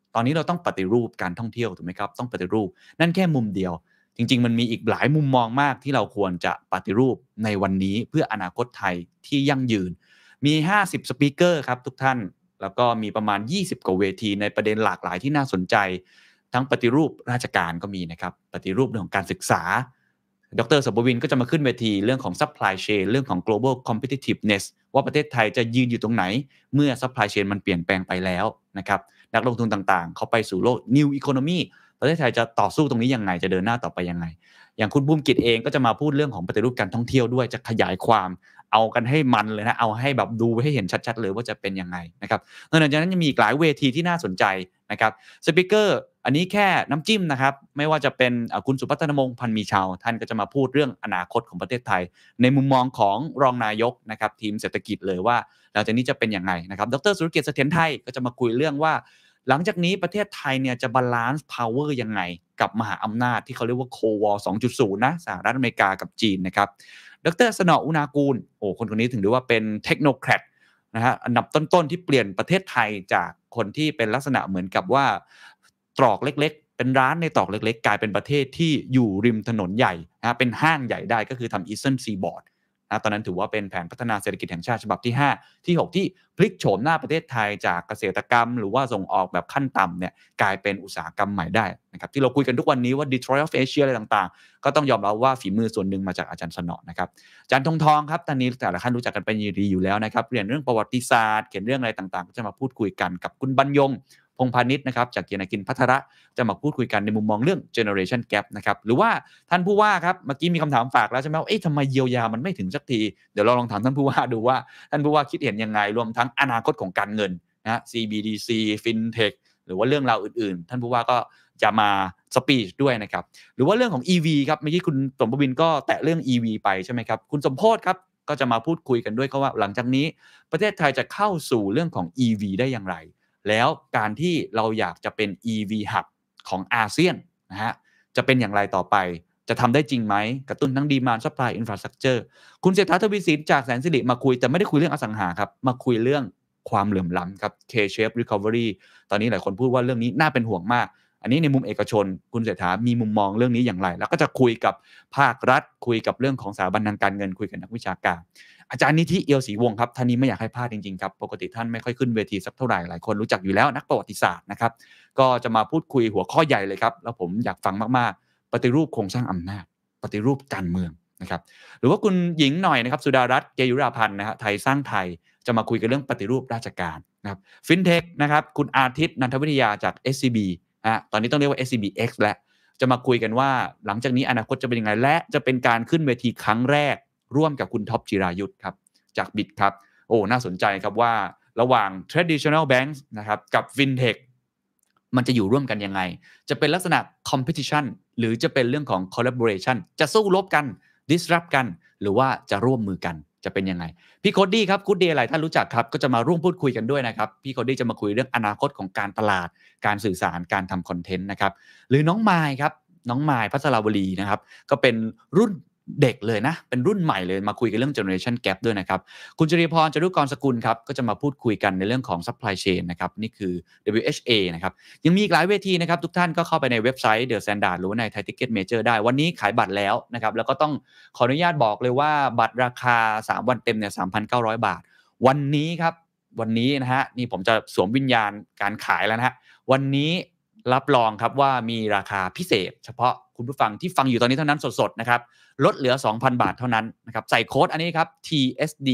ตอนนี้เราต้องปฏิรูปการท่องเที่ยวถูกไหมครับต้องปฏิรูปนั่นแค่มุมเดียวจริงๆมันมีอีกหลายมุมมองมากที่เราควรจะปฏิรูปในวันนี้เพื่ออนาคตไทยที่ยั่งยืนมี50สปีกเกอร์ครับทุกท่านแล้วก็มีประมาณ20กว่าเวทีในประเด็นหลากหลายที่น่าสนใจทั้งปฏิรูปราชการก็มีนะครับปฏิรูปเรื่องของการศึกษาดร.สมบวินก็จะมาขึ้นเวทีเรื่องของ supply chain เรื่องของ global competitiveness ว่าประเทศไทยจะยืนอยู่ตรงไหนเมื่อ supply chain มันเปลี่ยนแปลงไปแล้วนะครับนักลงทุนต่างๆเขาไปสู่โลก new economy ประเทศไทยจะต่อสู้ตรงนี้ยังไงจะเดินหน้าต่อไปยังไงอย่างคุณบูมกิจเองก็จะมาพูดเรื่องของปฏิรูปการท่องเที่ยวด้วยจะขยายความเอากันให้มันเลยนะเอาให้แบบดูให้เห็นชัดๆเลยว่าจะเป็นยังไงนะครับนอกจากนั้นยังมีอีกหลายเวทีที่น่าสนใจนะครับสปีกเกอร์อันนี้แค่น้ำจิ้มนะครับไม่ว่าจะเป็นคุณสุพัฒนมงพันธ์มีชาวท่านก็จะมาพูดเรื่องอนาคตของประเทศไทยในมุมมองของรองนายกนะครับทีมเศรษฐกิจเลยว่าหลังจากนี้จะเป็นยังไงนะครับดร.สุรเกียรติเสถียรไทยก็จะมาคุยเรื่องว่าหลังจากนี้ประเทศไทยเนี่ยจะบาลานซ์พาวเวอร์ยังไงกับมหาอำนาจที่เขาเรียกว่าโควอล 2.0 นะสหรัฐอเมริกากับจีนนะครับดร.สนออุณากูลคนนี้ถึงได้ว่าเป็นเทคโนแครตนะฮะอันดับต้นๆที่เปลี่ยนประเทศไทยจากคนที่เป็นลักษณะเหมือนกับว่าตรอกเล็กๆเป็นร้านในตรอกเล็กๆกลายเป็นประเทศที่อยู่ริมถนนใหญ่นะเป็นห้างใหญ่ได้ก็คือทำ Eastern Seaboard นะตอนนั้นถือว่าเป็นแผนพัฒนาเศรษฐกิจแห่งชาติฉบับที่5ที่6ที่พลิกโฉมหน้าประเทศไทยจากเกษตรกรรมหรือว่าส่งออกแบบขั้นต่ำเนี่ยกลายเป็นอุตสาหกรรมใหม่ได้นะครับที่เราคุยกันทุกวันนี้ว่า Detroit of Asia อะไรต่างๆก็ต้องยอมรับว่าฝีมือส่วนหนึ่งมาจากอาจารย์สนอนะครับอาจารย์ทองครับตอนนี้แต่ละท่านรู้จักกันเป็นอย่างดีอยู่แล้วนะครับเรียนเรื่องประวัติศาสตร์เขียนเรื่องอะไรต่างๆก็จะมาพูดคุยกันกับคุณบรรยงพงษ์พานิชนะครับจากเกียรติกินพัทระจะมาพูดคุยกันในมุมมองเรื่อง generation gap นะครับหรือว่าท่านผู้ว่าครับเมื่อกี้มีคำถามฝากแล้วใช่ไหมว่าทำไมเยียวยามันไม่ถึงสักทีเดี๋ยวเราลองถามท่านผู้ว่าดูว่าท่านผู้ว่าคิดเห็นยังไงรวมทั้งอนาคตของการเงินนะ CBDC FinTech หรือว่าเรื่องราวอื่นๆท่านผู้ว่าก็จะมาสปีชด้วยนะครับหรือว่าเรื่องของ EV ครับเมื่อกี้คุณสมบวินก็แตะเรื่อง EV ไปใช่ไหมครับคุณสมโพธิ์ครับก็จะมาพูดคุยกันด้วยก็ว่าหลังจากนี้ประเทศไทยจะเข้าสู่เรื่องของ EV ได้อย่างไรแล้วการที่เราอยากจะเป็น EV Hub ของอาเซียนนะฮะจะเป็นอย่างไรต่อไปจะทำได้จริงไหมกระตุ้นทั้ง Demand Supply Infrastructure คุณเศรษฐาทวีสินจากแสนสิริมาคุยแต่ไม่ได้คุยเรื่องอสังหาครับมาคุยเรื่องความเหลื่อมล้ำครับ K-shape recovery ตอนนี้หลายคนพูดว่าเรื่องนี้น่าเป็นห่วงมากอันนี้ในมุมเอกชนคุณเศรษฐามีมุมมองเรื่องนี้อย่างไรแล้วก็จะคุยกับภาครัฐคุยกับเรื่องของสถาบันทางการเงินคุยกับนักวิชาการอาจารย์นิธิเอียวศรีวงศ์ครับท่านนี้ไม่อยากให้พลาดจริงๆครับปกติท่านไม่ค่อยขึ้นเวทีสักเท่าไหร่หลายคนรู้จักอยู่แล้วนักประวัติศาสตร์นะครับก็จะมาพูดคุยหัวข้อใหญ่เลยครับแล้วผมอยากฟังมากๆปฏิรูปโครงสร้างอำนาจปฏิรูปการเมืองนะครับหรือว่าคุณหญิงหน่อยนะครับสุดารัตน์เกยุราพันธ์นะฮะไทยสร้างไทยจะมาคุยกันเรื่องปฏิรูปราชการนะครับฟินเทคนะครับคุณอาทิตย์นันทวิทยาจาก SCB ตอนนี้ต้องเรียกว่า SCBX แล้วจะมาคุยกันว่าหลังจากนี้อนาคตจะเป็นยังไงและจะเป็นการขึ้นเวทีครั้งแรกร่วมกับคุณท็อปจิรายุทธครับจากบิตครับน่าสนใจครับว่าระหว่าง traditional banks นะครับกับ fintech มันจะอยู่ร่วมกันยังไงจะเป็นลักษณะ competition หรือจะเป็นเรื่องของ collaboration จะสู้รบกัน disrupt กันหรือว่าจะร่วมมือกันจะเป็นยังไงพี่โคดี้ครับ Good Day หลายท่านรู้จักครับก็จะมาร่วมพูดคุยกันด้วยนะครับพี่โคดี้จะมาคุยเรื่องอนาคตของการตลาดการสื่อสารการทำคอนเทนต์นะครับหรือน้องมายครับน้องมายพัทราวลีนะครับก็เป็นรุ่นเด็กเลยนะเป็นรุ่นใหม่เลยมาคุยกันเรื่อง generation gap ด้วยนะครับคุณจริพรจารุกรสกุลครับก็จะมาพูดคุยกันในเรื่องของ supply chain นะครับนี่คือ WHA นะครับยังมีอีกหลายเวทีนะครับทุกท่านก็เข้าไปในเว็บไซต์ The Standard หรือว่าใน Thai Ticket Major ได้วันนี้ขายบัตรแล้วนะครับแล้วก็ต้องขออนุญาตบอกเลยว่าบัตรราคา3วันเต็มเนี่ย 3,900 บาทวันนี้ครับวันนี้นะฮะนี่ผมจะสวมวิญญาณการขายแล้วนะฮะวันนี้รับรองครับว่ามีราคาพิเศษเฉพาะคุณผู้ฟังที่ฟังอยู่ตอนนี้เท่านั้นสดๆนะครับลดเหลือ 2,000 บาทเท่านั้นนะครับใส่โค้ดอันนี้ครับ TSD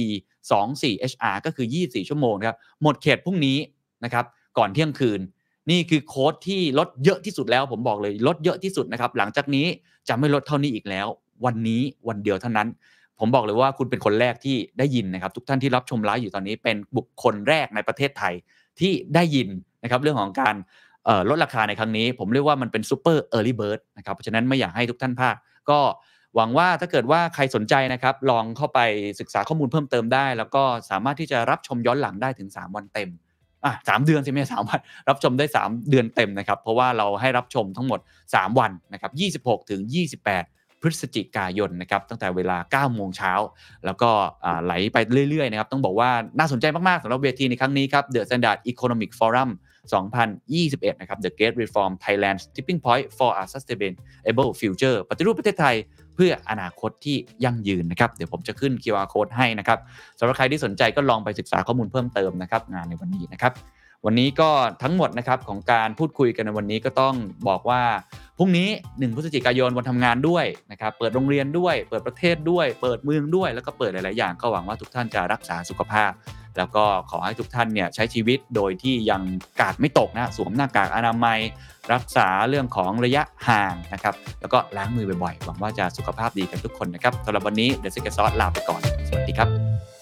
24 HR ก็คือ24ชั่วโมงนะครับหมดเขตพรุ่งนี้นะครับก่อนเที่ยงคืนนี่คือโค้ดที่ลดเยอะที่สุดแล้วผมบอกเลยลดเยอะที่สุดนะครับหลังจากนี้จะไม่ลดเท่านี้อีกแล้ววันนี้วันเดียวเท่านั้นผมบอกเลยว่าคุณเป็นคนแรกที่ได้ยินนะครับทุกท่านที่รับชมไลฟ์อยู่ตอนนี้เป็นบุคคลแรกในประเทศไทยที่ได้ยินนะครับเรื่องของการลดราคาในครั้งนี้ผมเรียกว่ามันเป็นซูเปอร์เออร์ลี่เบิร์ดนะครับเพราะฉะนั้นไม่อยากให้ทุกท่านพลาดก็หวังว่าถ้าเกิดว่าใครสนใจนะครับลองเข้าไปศึกษาข้อมูลเพิ่มเติมได้แล้วก็สามารถที่จะรับชมย้อนหลังได้ถึง3วันเต็ม3เดือนสิไม่ใช่3วันรับชมได้3เดือนเต็มนะครับเพราะว่าเราให้รับชมทั้งหมด3วันนะครับ26ถึง28พฤศจิกายนนะครับตั้งแต่เวลา 9 โมงเช้าแล้วก็ไหลไปเรื่อยๆนะครับต้องบอกว่าน่าสนใจมากๆสำหรับเวทีในครั้งนี้ครับ The Standard Economic Forum 2021 นะครับ The Great Reform Thailand's Tipping Point for a Sustainable Future ปฏิรูปประเทศไทยเพื่ออนาคตที่ยั่งยืนนะครับเดี๋ยวผมจะขึ้น QR Code ให้นะครับสำหรับใครที่สนใจก็ลองไปศึกษาข้อมูลเพิ่มเติมนะครับงานในวันนี้นะครับวันนี้ก็ทั้งหมดนะครับของการพูดคุยกันในวันนี้ก็ต้องบอกว่าพรุ่งนี้1พฤศจิกายนวันทำงานด้วยนะครับเปิดโรงเรียนด้วยเปิดประเทศด้วยเปิดเมืองด้วยแล้วก็เปิดหลายๆอย่างก็หวังว่าทุกท่านจะรักษาสุขภาพแล้วก็ขอให้ทุกท่านเนี่ยใช้ชีวิตโดยที่ยังกาดไม่ตกนะสวมหน้ากากอนามัยรักษาเรื่องของระยะห่างนะครับแล้วก็ล้างมือบ่อยๆหวังว่าจะสุขภาพดีกันทุกคนนะครับสำหรับวันนี้ The Secret Sauce ลาไปก่อนสวัสดีครับ